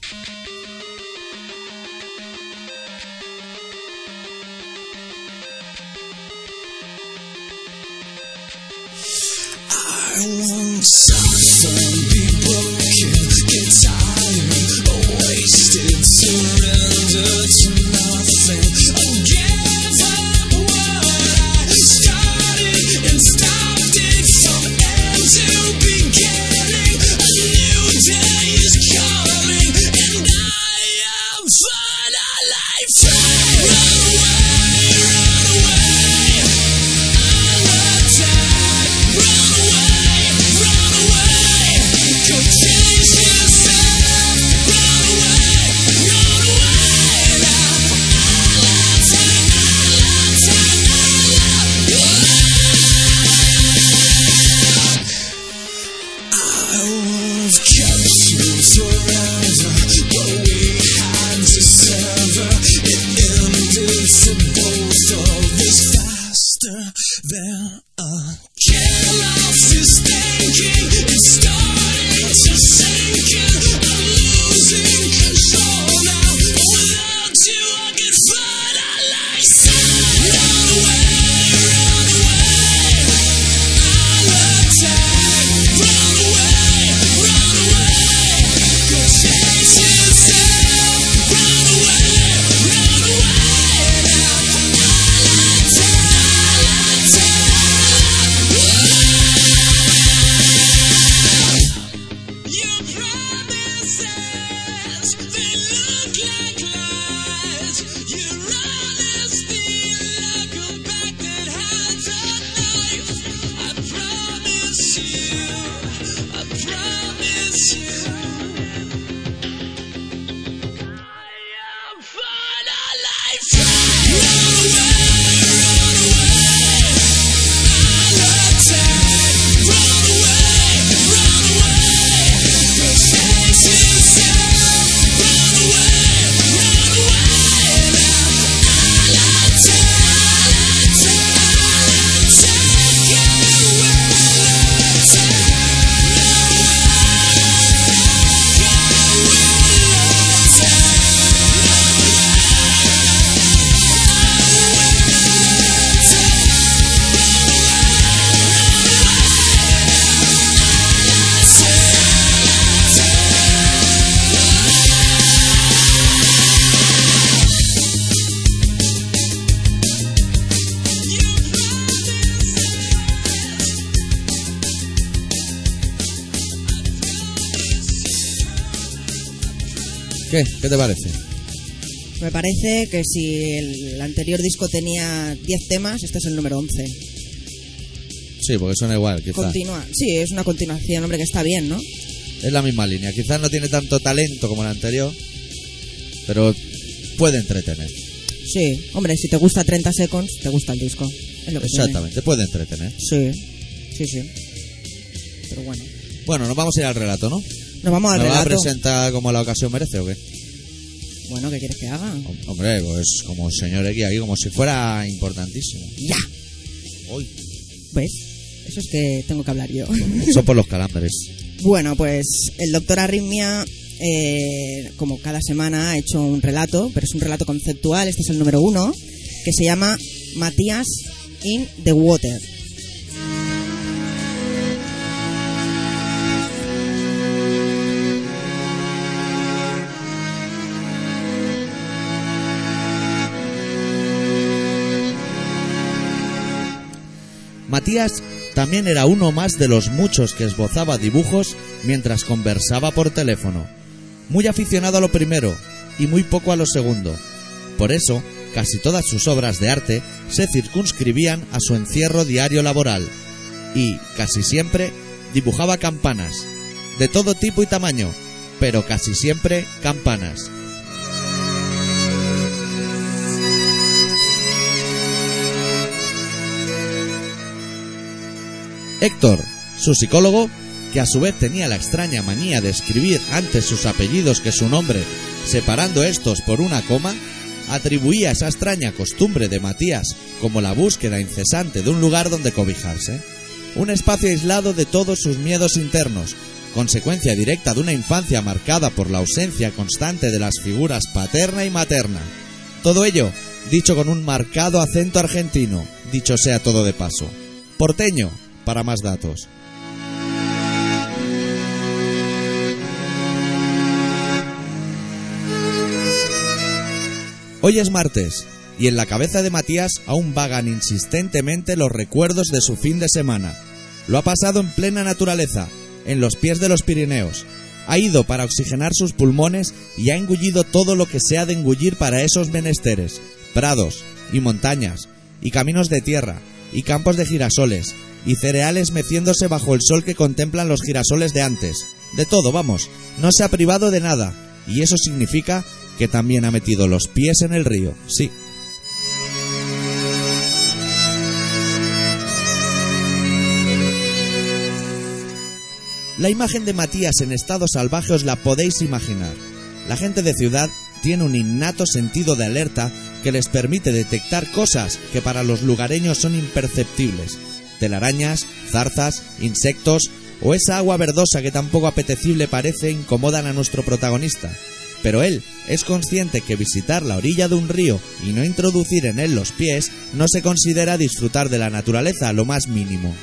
¿Qué? ¿Qué te parece? Me parece que si el anterior disco tenía 10 temas, este es el número 11. Sí, porque suena igual, quizás. Continúa. Sí, es una continuación, hombre, que está bien, ¿no? Es la misma línea. Quizás no tiene tanto talento como el anterior, pero puede entretener. Sí, hombre, si te gusta 30 Seconds, te gusta el disco. Es lo que Exactamente, puede entretener. tiene. Sí. Pero bueno. Bueno, nos vamos a ir al relato, ¿no? Nos vamos al ¿Me va a relato. presentar como la ocasión merece o qué? Bueno, ¿qué quieres que haga? Hombre, pues como señor X aquí, como si fuera importantísimo. ¡Ya! Uy, ¿Ves? Eso es que tengo que hablar yo. son por los calambres. Bueno, pues el doctor Arritmia, como cada semana, ha hecho un relato, pero es un relato conceptual, este es el número 1, que se llama Matías in the Water. Matías también era uno más de los muchos que esbozaba dibujos mientras conversaba por teléfono. Muy aficionado a lo primero y muy poco a lo segundo. Por eso, casi todas sus obras de arte se circunscribían a su encierro diario laboral y, casi siempre, dibujaba campanas, de todo tipo y tamaño, pero casi siempre campanas. Héctor, su psicólogo, que a su vez tenía la extraña manía de escribir antes sus apellidos que su nombre, separando estos por una coma, atribuía esa extraña costumbre de Matías como la búsqueda incesante de un lugar donde cobijarse, un espacio aislado de todos sus miedos internos, consecuencia directa de una infancia marcada por la ausencia constante de las figuras paterna y materna. Todo ello dicho con un marcado acento argentino, dicho sea todo de paso. Porteño, para más datos. Hoy es martes, y en la cabeza de Matías aún vagan insistentemente los recuerdos de su fin de semana. Lo ha pasado en plena naturaleza, en los pies de los Pirineos. Ha ido para oxigenar sus pulmones y ha engullido todo lo que se ha de engullir para esos menesteres. Prados, y montañas, y caminos de tierra, y campos de girasoles, y cereales meciéndose bajo el sol que contemplan los girasoles de antes. De todo, vamos, no se ha privado de nada, y eso significa que también ha metido los pies en el río, sí. La imagen de Matías en estado salvaje os la podéis imaginar. La gente de ciudad tiene un innato sentido de alerta que les permite detectar cosas que para los lugareños son imperceptibles. Telarañas, zarzas, insectos o esa agua verdosa que tan poco apetecible parece incomodan a nuestro protagonista. Pero él es consciente que visitar la orilla de un río y no introducir en él los pies no se considera disfrutar de la naturaleza a lo más mínimo.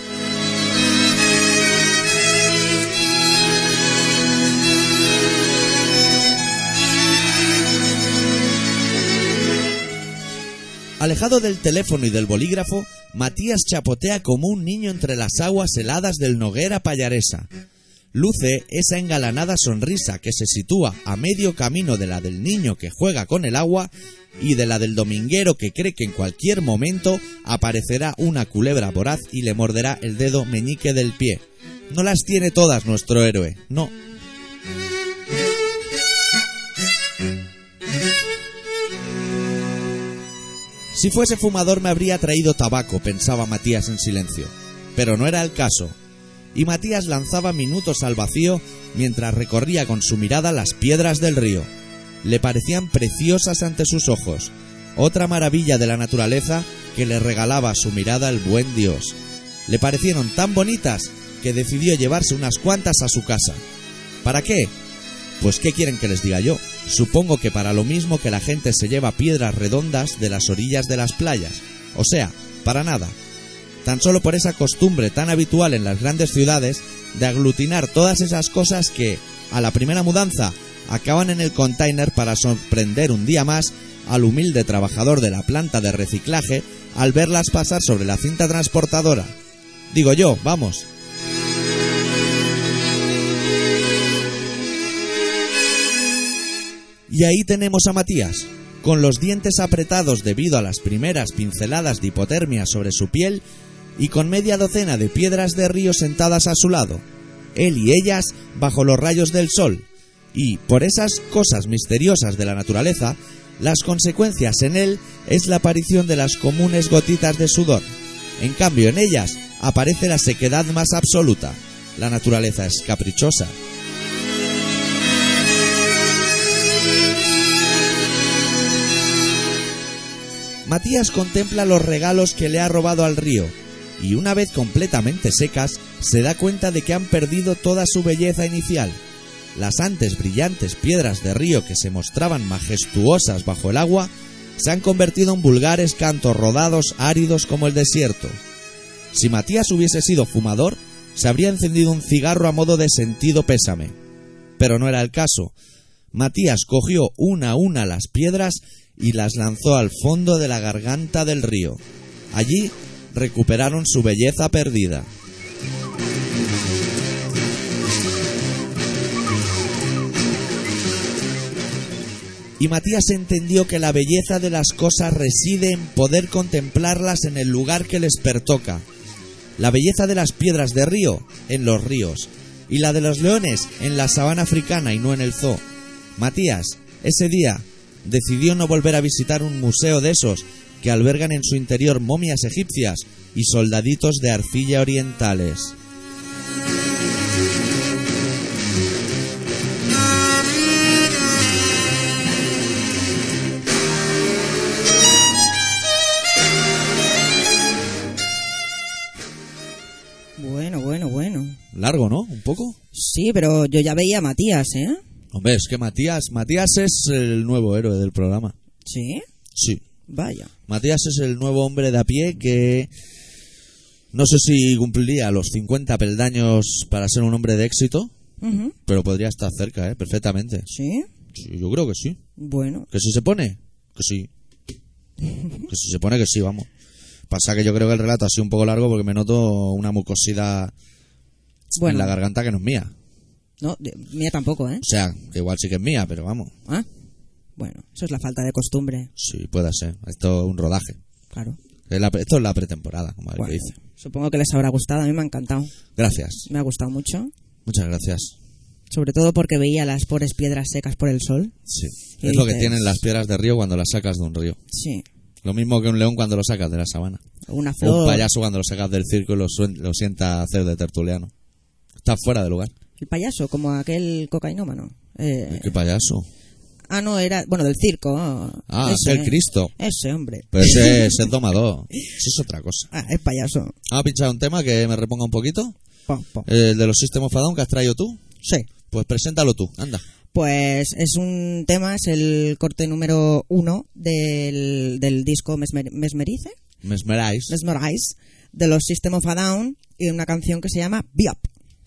Alejado del teléfono y del bolígrafo, Matías chapotea como un niño entre las aguas heladas del Noguera Pallaresa. Luce esa engalanada sonrisa que se sitúa a medio camino de la del niño que juega con el agua y de la del dominguero que cree que en cualquier momento aparecerá una culebra voraz y le morderá el dedo meñique del pie. No las tiene todas nuestro héroe, no. Si fuese fumador me habría traído tabaco, pensaba Matías en silencio, pero no era el caso. Y Matías lanzaba minutos al vacío mientras recorría con su mirada las piedras del río. Le parecían preciosas ante sus ojos, otra maravilla de la naturaleza que le regalaba a su mirada el buen Dios. Le parecieron tan bonitas que decidió llevarse unas cuantas a su casa. ¿Para qué? Pues ¿qué quieren que les diga yo? Supongo que para lo mismo que la gente se lleva piedras redondas de las orillas de las playas. O sea, para nada. Tan solo por esa costumbre tan habitual en las grandes ciudades de aglutinar todas esas cosas que, a la primera mudanza, acaban en el container para sorprender un día más al humilde trabajador de la planta de reciclaje al verlas pasar sobre la cinta transportadora. Digo yo, vamos. Y ahí tenemos a Matías, con los dientes apretados debido a las primeras pinceladas de hipotermia sobre su piel y con media docena de piedras de río sentadas a su lado, él y ellas bajo los rayos del sol, y por esas cosas misteriosas de la naturaleza, las consecuencias en él es la aparición de las comunes gotitas de sudor. En cambio, en ellas aparece la sequedad más absoluta. La naturaleza es caprichosa. Matías contempla los regalos que le ha robado al río, y una vez completamente secas, se da cuenta de que han perdido toda su belleza inicial. Las antes brillantes piedras de río que se mostraban majestuosas bajo el agua, se han convertido en vulgares cantos rodados áridos como el desierto. Si Matías hubiese sido fumador, se habría encendido un cigarro a modo de sentido pésame. Pero no era el caso. Matías cogió una a una las piedras y las lanzó al fondo de la garganta del río. Allí recuperaron su belleza perdida. Y Matías entendió que la belleza de las cosas reside en poder contemplarlas en el lugar que les pertoca. La belleza de las piedras de río, en los ríos. y la de los leones en la sabana africana y no en el zoo. Matías, ese día, decidió no volver a visitar un museo de esos que albergan en su interior momias egipcias y soldaditos de arcilla orientales. Bueno. Largo, ¿no? ¿Un poco? Sí, pero yo ya veía a Matías, ¿eh? Hombre, es que Matías es el nuevo héroe del programa. ¿Sí? Sí. Vaya. Matías es el nuevo hombre de a pie que no sé si cumpliría los 50 peldaños para ser un hombre de éxito, pero podría estar cerca, perfectamente. ¿Sí? Sí, yo creo que sí. Bueno. ¿Que si se pone? Que sí. Que si se pone, que sí, vamos. Pasa que yo creo que el relato ha sido un poco largo porque me noto una mucosidad en la garganta que no es mía. No, mía tampoco, ¿eh? O sea, que igual sí que es mía, pero vamos. Ah, bueno, eso es la falta de costumbre. Sí, puede ser. Esto es un rodaje. Claro. Esto es la pretemporada, como el que dice. Supongo que les habrá gustado, a mí me ha encantado. Gracias. Me ha gustado mucho. Muchas gracias. Sobre todo porque veía las pobres piedras secas por el sol. Sí. Es lo que tienen las piedras de río cuando las sacas de un río. Sí. Lo mismo que un león cuando lo sacas de la sabana. Una flor. O un payaso cuando lo sacas del circo y lo sienta a hacer de tertuliano. Está fuera de lugar. El payaso, como aquel cocainómano. ¿Qué payaso? Ah, no, era... Bueno, del circo. Es el Cristo. Ese, hombre. Pero ese es domador. Eso es otra cosa. Ah, es payaso. Vamos a pinchar un tema que me reponga un poquito. Po. El de los System of a Down que has traído tú. Sí. Pues preséntalo tú, anda. Pues es un tema, es el corte número 1 del disco Mesmerize, de los System of a Down, y una canción que se llama Be Up.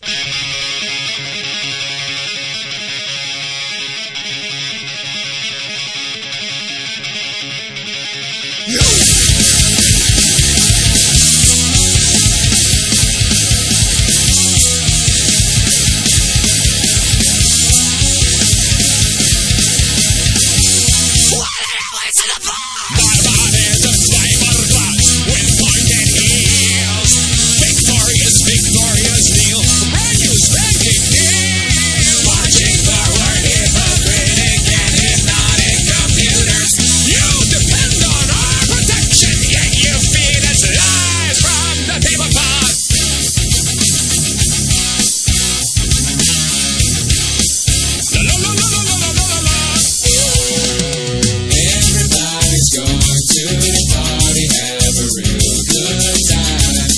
Victorious kneel, brand new spanking new, marching forward, hypocritic and hypnotic computers. You depend on our protection, yet you feed us lies from the tablecloth. La la la la la la la la la. Everybody's going to the party, have a real good time.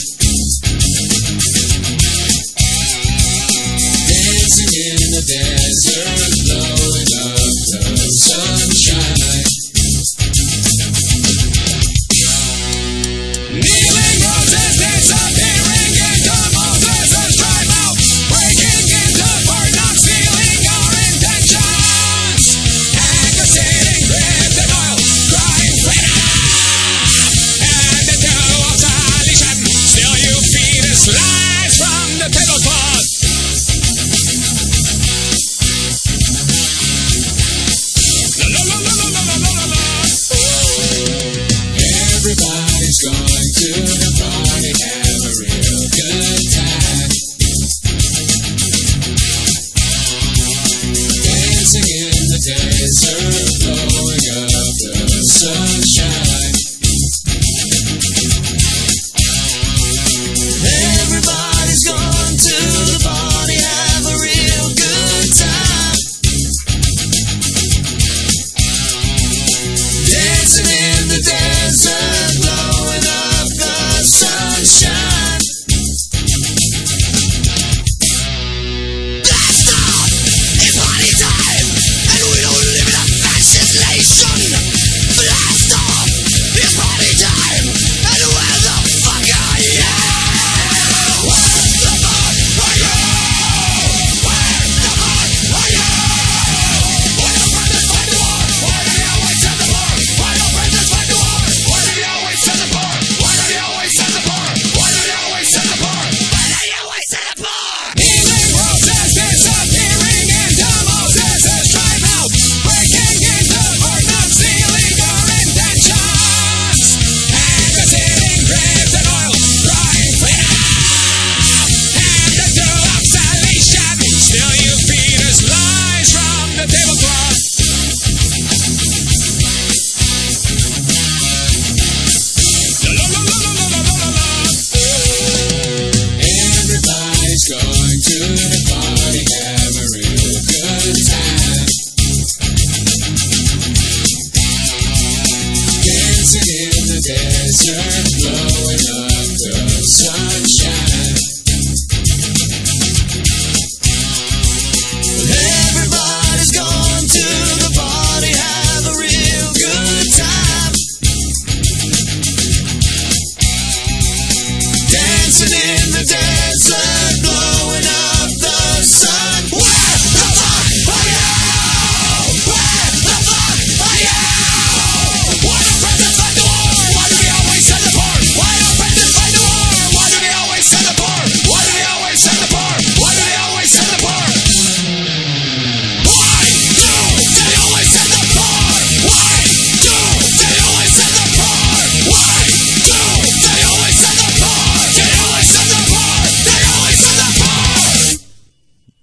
In the desert, blowing up the sunshine. Kneeling roses disappearing into Moses' drive out, breaking into part, not stealing our intentions. Accusating cryptic oil, crying freedom, and into obsolescence. Still you feed us lies from the tablecloth. La la la la la la la.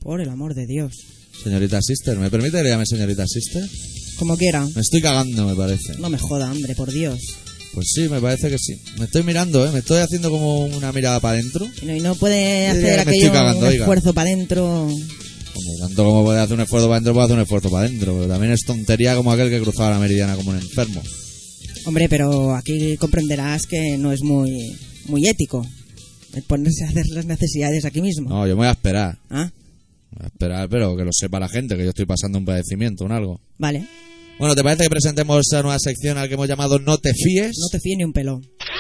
Por el amor de Dios. Señorita Sister, ¿me permite que le llame señorita Sister? Como quiera. Me estoy cagando, me parece. No me joda, hombre, por Dios. Pues sí, me parece que sí. Me estoy mirando, me estoy haciendo como una mirada para adentro. Y no puede Sí, hacer me aquello estoy cagando, un oiga. esfuerzo para adentro. Hombre, tanto como puede hacer un esfuerzo para adentro, puede hacer un esfuerzo para adentro. Pero también es tontería como aquel que cruzaba la meridiana como un enfermo. Hombre, pero aquí comprenderás que no es muy ético el ponerse a hacer las necesidades aquí mismo. No, yo me voy a esperar. Ah, Me voy a esperar, pero que lo sepa la gente, que yo estoy pasando un padecimiento, un algo. vale. Bueno, ¿te parece que presentemos esa nueva sección al que hemos llamado No te fíes? No te fíes ni un pelo.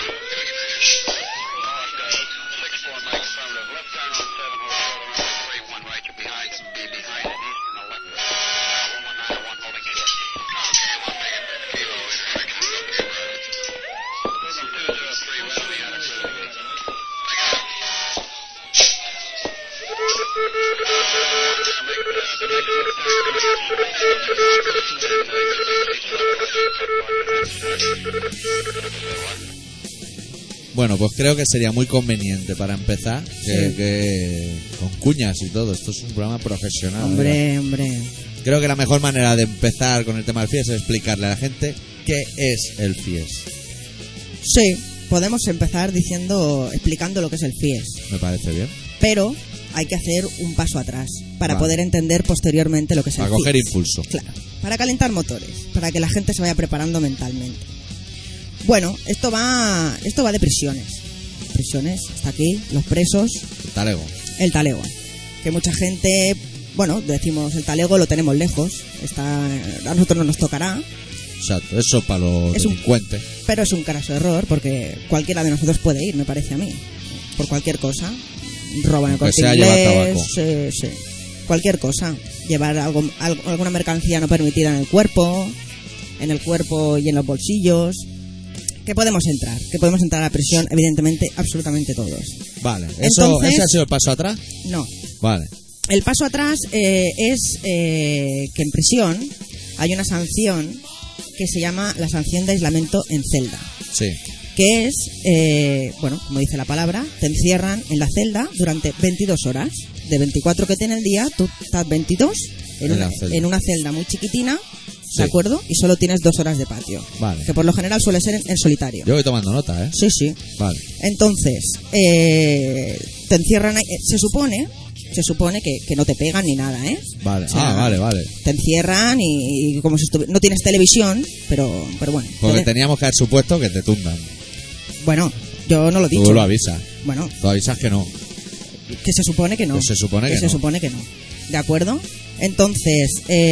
Bueno, pues creo que sería muy conveniente para empezar que con cuñas y todo. Esto es un programa profesional. Hombre, hombre. Creo que la mejor manera de empezar con el tema del FIES es explicarle a la gente qué es el FIES. Sí, podemos empezar explicando lo que es el FIES. Me parece bien. Pero hay que hacer un paso atrás para Vale. poder entender posteriormente lo que es Para el coger FIES. impulso. Claro, para calentar motores, para que la gente se vaya preparando mentalmente. Bueno, esto va de prisiones. Prisiones, está aquí, los presos, Talego. el talego. Que mucha gente, bueno, decimos el talego lo tenemos lejos, a nosotros no nos tocará, Exacto, eso para los Es un- delincuentes. pero es un craso error porque cualquiera de nosotros puede ir, me parece a mí, por cualquier cosa. Roban el Aunque Corte sea llevar Inglés, tabaco. sí, cualquier cosa. Llevar alguna mercancía no permitida en el cuerpo y en los bolsillos. Que podemos entrar a la prisión, evidentemente, absolutamente todos. Vale, Entonces- ¿ese ha sido el paso atrás? No. Vale. El paso atrás es que en prisión hay una sanción que se llama la sanción de aislamiento en celda. Sí. Que es, bueno, como dice la palabra, te encierran en la celda durante 22 horas. De 24 que tiene el día, tú estás 22 en una celda muy chiquitina, Sí. ¿de acuerdo? Y solo tienes 2 horas de patio. Vale. Que por lo general suele ser en solitario. Yo voy tomando nota, ¿eh? Sí, sí. Vale. Entonces, te encierran ahí. Se supone que no te pegan ni nada, ¿eh? Vale. O sea, Vale. Te encierran y como si no tienes televisión, pero bueno. Porque teníamos que haber supuesto que te tundan. Bueno, yo no lo he dicho. Tú lo avisas. Bueno, Tú avisas que no. que se supone que no. Que se supone que se no. supone que no. ¿De acuerdo? Entonces,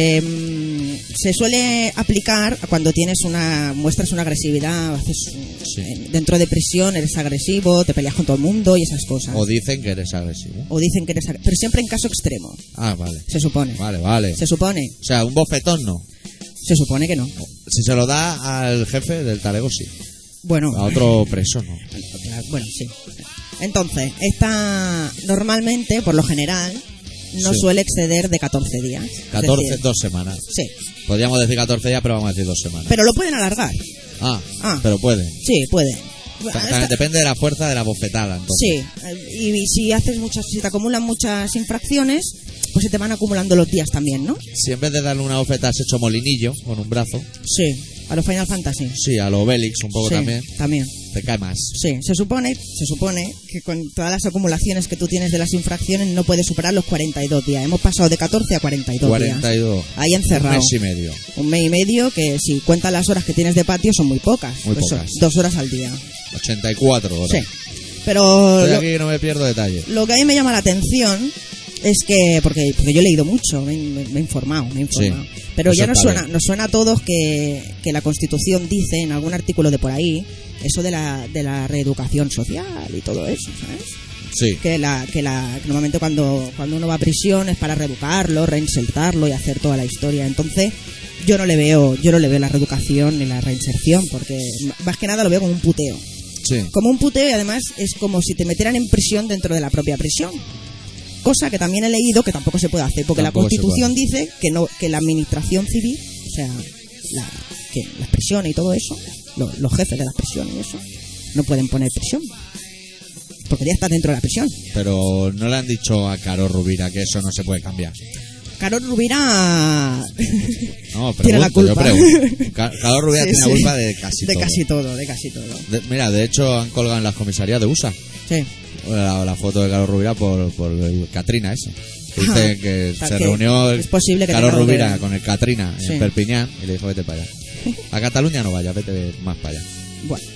se suele aplicar cuando muestras una agresividad, Sí. dentro de prisión eres agresivo, te peleas con todo el mundo y esas cosas. O dicen que eres agresivo. O dicen que eres agresivo, pero siempre en caso extremo, Ah, vale. se supone. Vale. Se supone, O sea, un bofetón no. se supone que no. Si se lo da al jefe del talego, sí. Bueno, A otro preso, no. bueno, sí. Entonces, esta normalmente, por lo general, no Sí. suele exceder de 14 días. Es 14, decir, 2 semanas. sí, Podríamos decir 14 días, pero vamos a decir 2 semanas. pero lo pueden alargar. Ah, pero pueden. Sí, pueden. También depende de la fuerza de la bofetada, entonces. Sí, y si te acumulan muchas infracciones, pues se te van acumulando los días también, ¿no? Si en vez de darle una bofetada has hecho molinillo con un brazo, Sí, a los Final Fantasy. sí, a lo Bélix un poco Sí, también, te cae más. Sí, se supone que con todas las acumulaciones que tú tienes de las infracciones no puedes superar los 42 días. Hemos pasado de 14 a 42 días. 42. Ahí encerrado. Un mes y medio. Un mes y medio que si cuentas las horas que tienes de patio son muy pocas. Muy Pues pocas. son 2 horas al día. 84 horas. Sí. Pero Estoy lo, aquí y no me pierdo detalle. lo que a mí me llama la atención es que, porque yo he leído mucho, me he informado. Sí. Pero Eso ya nos está bien. nos suena a todos que la Constitución dice en algún artículo de por ahí eso de la reeducación social y todo eso, ¿sabes? Sí. Que normalmente cuando uno va a prisión es para reeducarlo, reinsertarlo y hacer toda la historia. Entonces yo no le veo la reeducación ni la reinserción, porque más que nada lo veo como un puteo. Sí. Como un puteo, y además es como si te metieran en prisión dentro de la propia prisión. Cosa que también he leído que tampoco se puede hacer, porque Tampoco la se Constitución dice que la administración civil, o sea, que las prisiones y todo eso, los jefes de las prisiones y eso, no pueden poner prisión. porque ya está dentro de la prisión. Pero no le han dicho a Caro Rubira que eso no se puede cambiar. Carol Rubira No, tiene la pregunto, yo culpa. pregunto. Caro Rubira Sí, tiene sí. la culpa de casi de todo. casi todo, de casi todo. Mira, de hecho han colgado en las comisarías de USA Sí. la foto de Caro Rubira por el Katrina ese. Que dice Ajá. que O sea, se que reunió es posible que Caro tenga algo que Rubira ver. con el Katrina Sí. en Perpiñán y le dijo vete para allá. A Cataluña no vaya, vete más para allá. Bueno,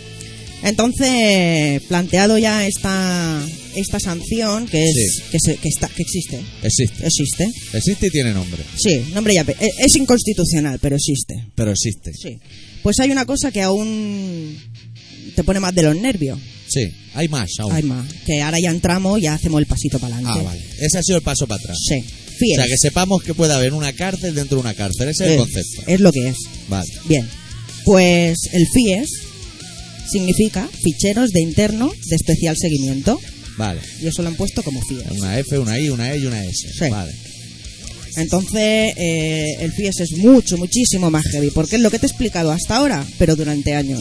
entonces, planteado ya esta sanción, que es Sí. que existe. Existe. Existe y tiene nombre. Sí, nombre ya es inconstitucional, pero existe. Pero existe. Sí. Pues hay una cosa que aún te pone más de los nervios. Sí, hay más aún. Hay más. Que ahora ya entramos, ya hacemos el pasito para adelante. Ah, vale. Ese ha sido el paso para atrás. Sí. O FIES. sea, que sepamos que puede haber una cárcel dentro de una cárcel. Ese es el concepto. Es lo que es. Vale. Bien. Pues el FIES significa Ficheros de Interno de Especial Seguimiento. Vale. Y eso lo han puesto como FIES. Una F, una I, una E y una S. Sí. Vale. Entonces, el FIES es muchísimo más heavy, porque es lo que te he explicado hasta ahora, pero durante años.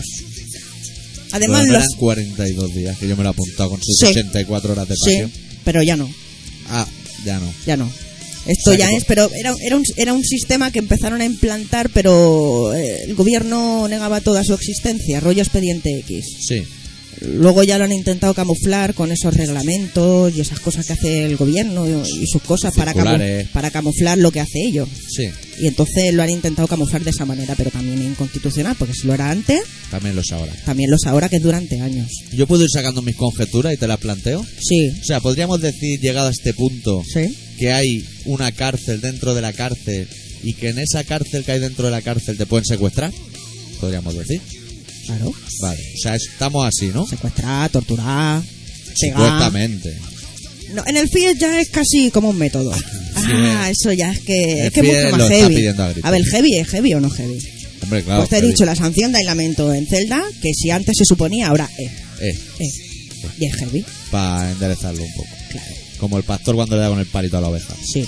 Además, Pero no los... eran 42 días que yo me lo he apuntado con sus Sí. 84 horas de Sí, pasión. pero ya no, Ah, ya no. ya no. Esto O sea ya que es, pero era un sistema que empezaron a implantar, pero el gobierno negaba toda su existencia, rollo Expediente X. Sí. Luego ya lo han intentado camuflar con esos reglamentos y esas cosas que hace el gobierno y sus cosas para Circulares. camuflar lo que hace ellos. Sí. Y entonces lo han intentado camuflar de esa manera, pero también inconstitucional, porque si lo era antes, También los ahora. también lo es ahora, que es durante años. Yo puedo ir sacando mis conjeturas y te las planteo. Sí, O sea, podríamos decir, llegado a este punto, sí, que hay una cárcel dentro de la cárcel y que en esa cárcel que hay dentro de la cárcel te pueden secuestrar. Podríamos decir. claro. Vale. O sea, estamos así, ¿no? Secuestrar, torturar, pegar. Supuestamente. No, en el FIES ya es casi como un método. Ah, eso ya es que El es que es FIES mucho lo más está heavy. pidiendo a gritos. A ver, ¿es heavy o no heavy? Hombre, claro. Pues te he dicho la sanción de aislamiento en celda, que si antes se suponía, ahora es. Y es heavy, Para enderezarlo un poco. claro. Como el pastor cuando le da con el palito a la oveja. Sí.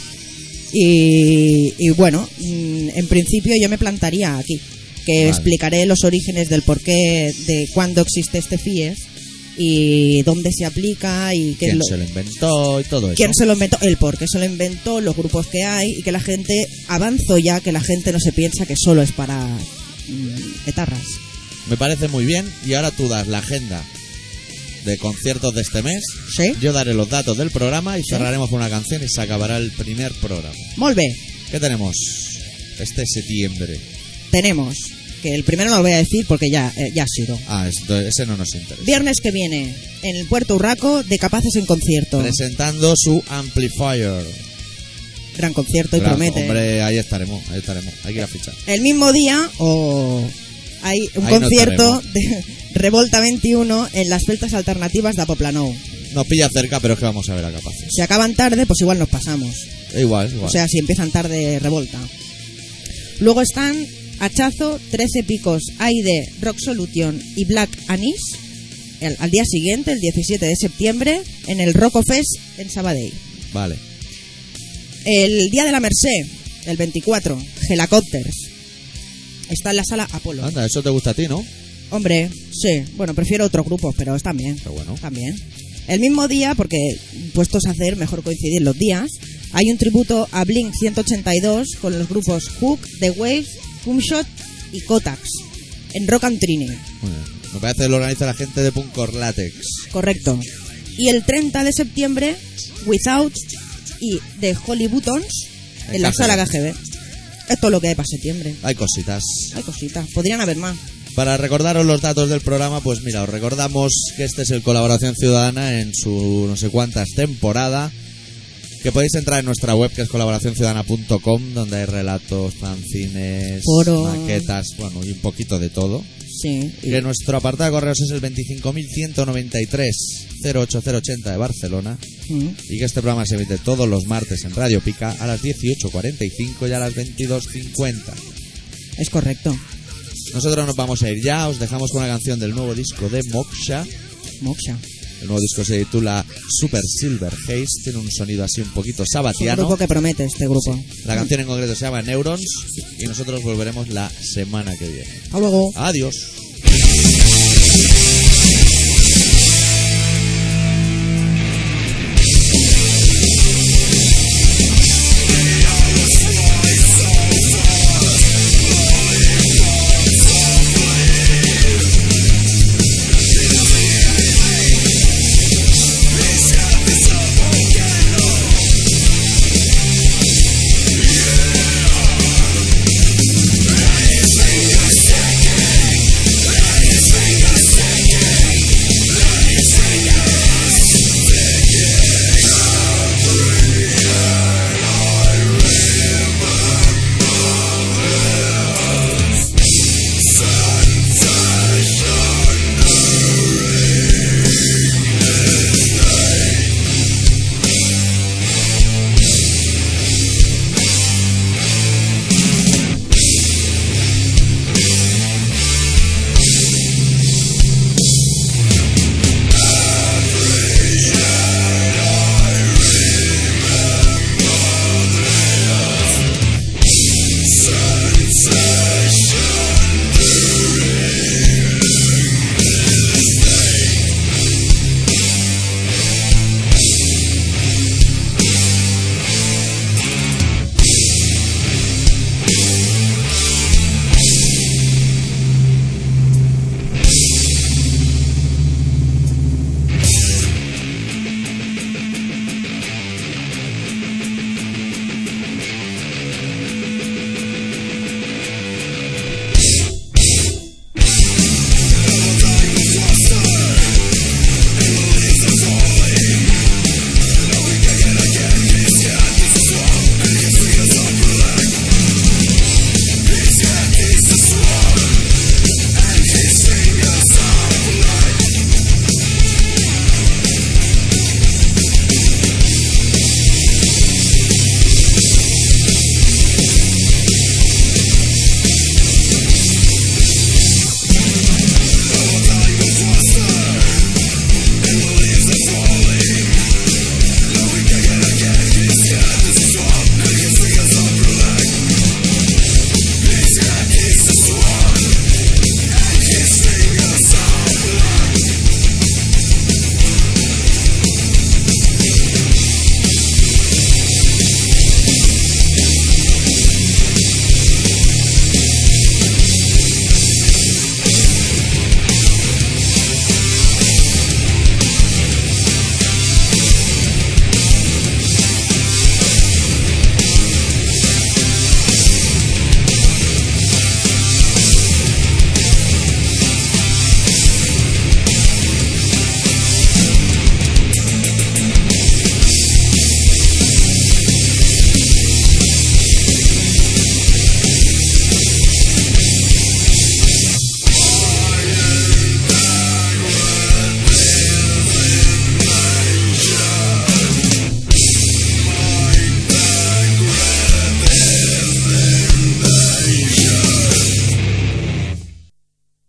Y bueno, en principio yo me plantaría aquí, que Vale. explicaré los orígenes del porqué de cuándo existe este FIES y dónde se aplica y qué es ¿Quién lo... se lo inventó y todo eso? ¿Quién se lo inventó? El por qué se lo inventó, los grupos que hay y que la gente... Avanzo ya, que la gente no se piensa que solo es para etarras. Me parece muy bien. Y ahora tú das la agenda de conciertos de este mes. ¿Sí? Yo daré los datos del programa y cerraremos con una canción y se acabará el primer programa. Molt bé. ¿Qué tenemos este septiembre? Tenemos, que el primero no lo voy a decir porque ya ha sido. Ah, ese no nos interesa. Viernes que viene, en el Puerto Urraco, de Capaces en concierto. Presentando su Amplifier. Gran concierto y Claro, promete. hombre, ahí estaremos. Hay que ir a fichar. El mismo día, hay un Ahí no concierto de Revolta 21 en las Feltas Alternativas de Apoplanou. Nos pilla cerca, pero es que vamos a ver a Capaces. Si acaban tarde, pues igual nos pasamos. Igual. O sea, si empiezan tarde, Revolta. Luego están Hachazo, 13 Picos, Aide, Rock Solution y Black Anís al día siguiente, el 17 de septiembre, en el Roco Fest en Sabadell. Vale. El día de la Merced, el 24, Helicopters. Está en la sala Apolo. Anda, eso te gusta a ti, ¿no? Hombre, sí. Bueno, prefiero otros grupos, pero están bien. Pero bueno. También. El mismo día, porque puestos a hacer, mejor coincidir los días, hay un tributo a Blink 182 con los grupos Hook, The Wave, Boomshot y Kotax en Rock and Trini. Muy bien. Me parece que lo organiza la gente de Punkor Latex. Correcto. Y el 30 de septiembre, Without y The Holy Buttons en la KGB. sala KGB. Esto es lo que hay para septiembre. Hay cositas. Hay cositas. Podrían haber más. Para recordaros los datos del programa, pues mira, os recordamos que este es el Colaboración Ciudadana en su no sé cuántas temporada, que podéis entrar en nuestra web, que es colaboracionciudadana.com, donde hay relatos, fanzines, Foro. maquetas, bueno, y un poquito de todo. Sí. Y- Que nuestro apartado de correos es el 25.193-08080 de Barcelona, y que este programa se emite todos los martes en Radio Pica a las 18:45 y a las 22:50. Es correcto. Nosotros nos vamos a ir ya, os dejamos con una canción del nuevo disco de Moksha. Moksha. El nuevo disco se titula Super Silver Haze, tiene un sonido así un poquito Es un sabatiano. grupo que promete este grupo. La canción en concreto se llama Neurons y nosotros volveremos la semana que viene. Hasta luego. Adiós.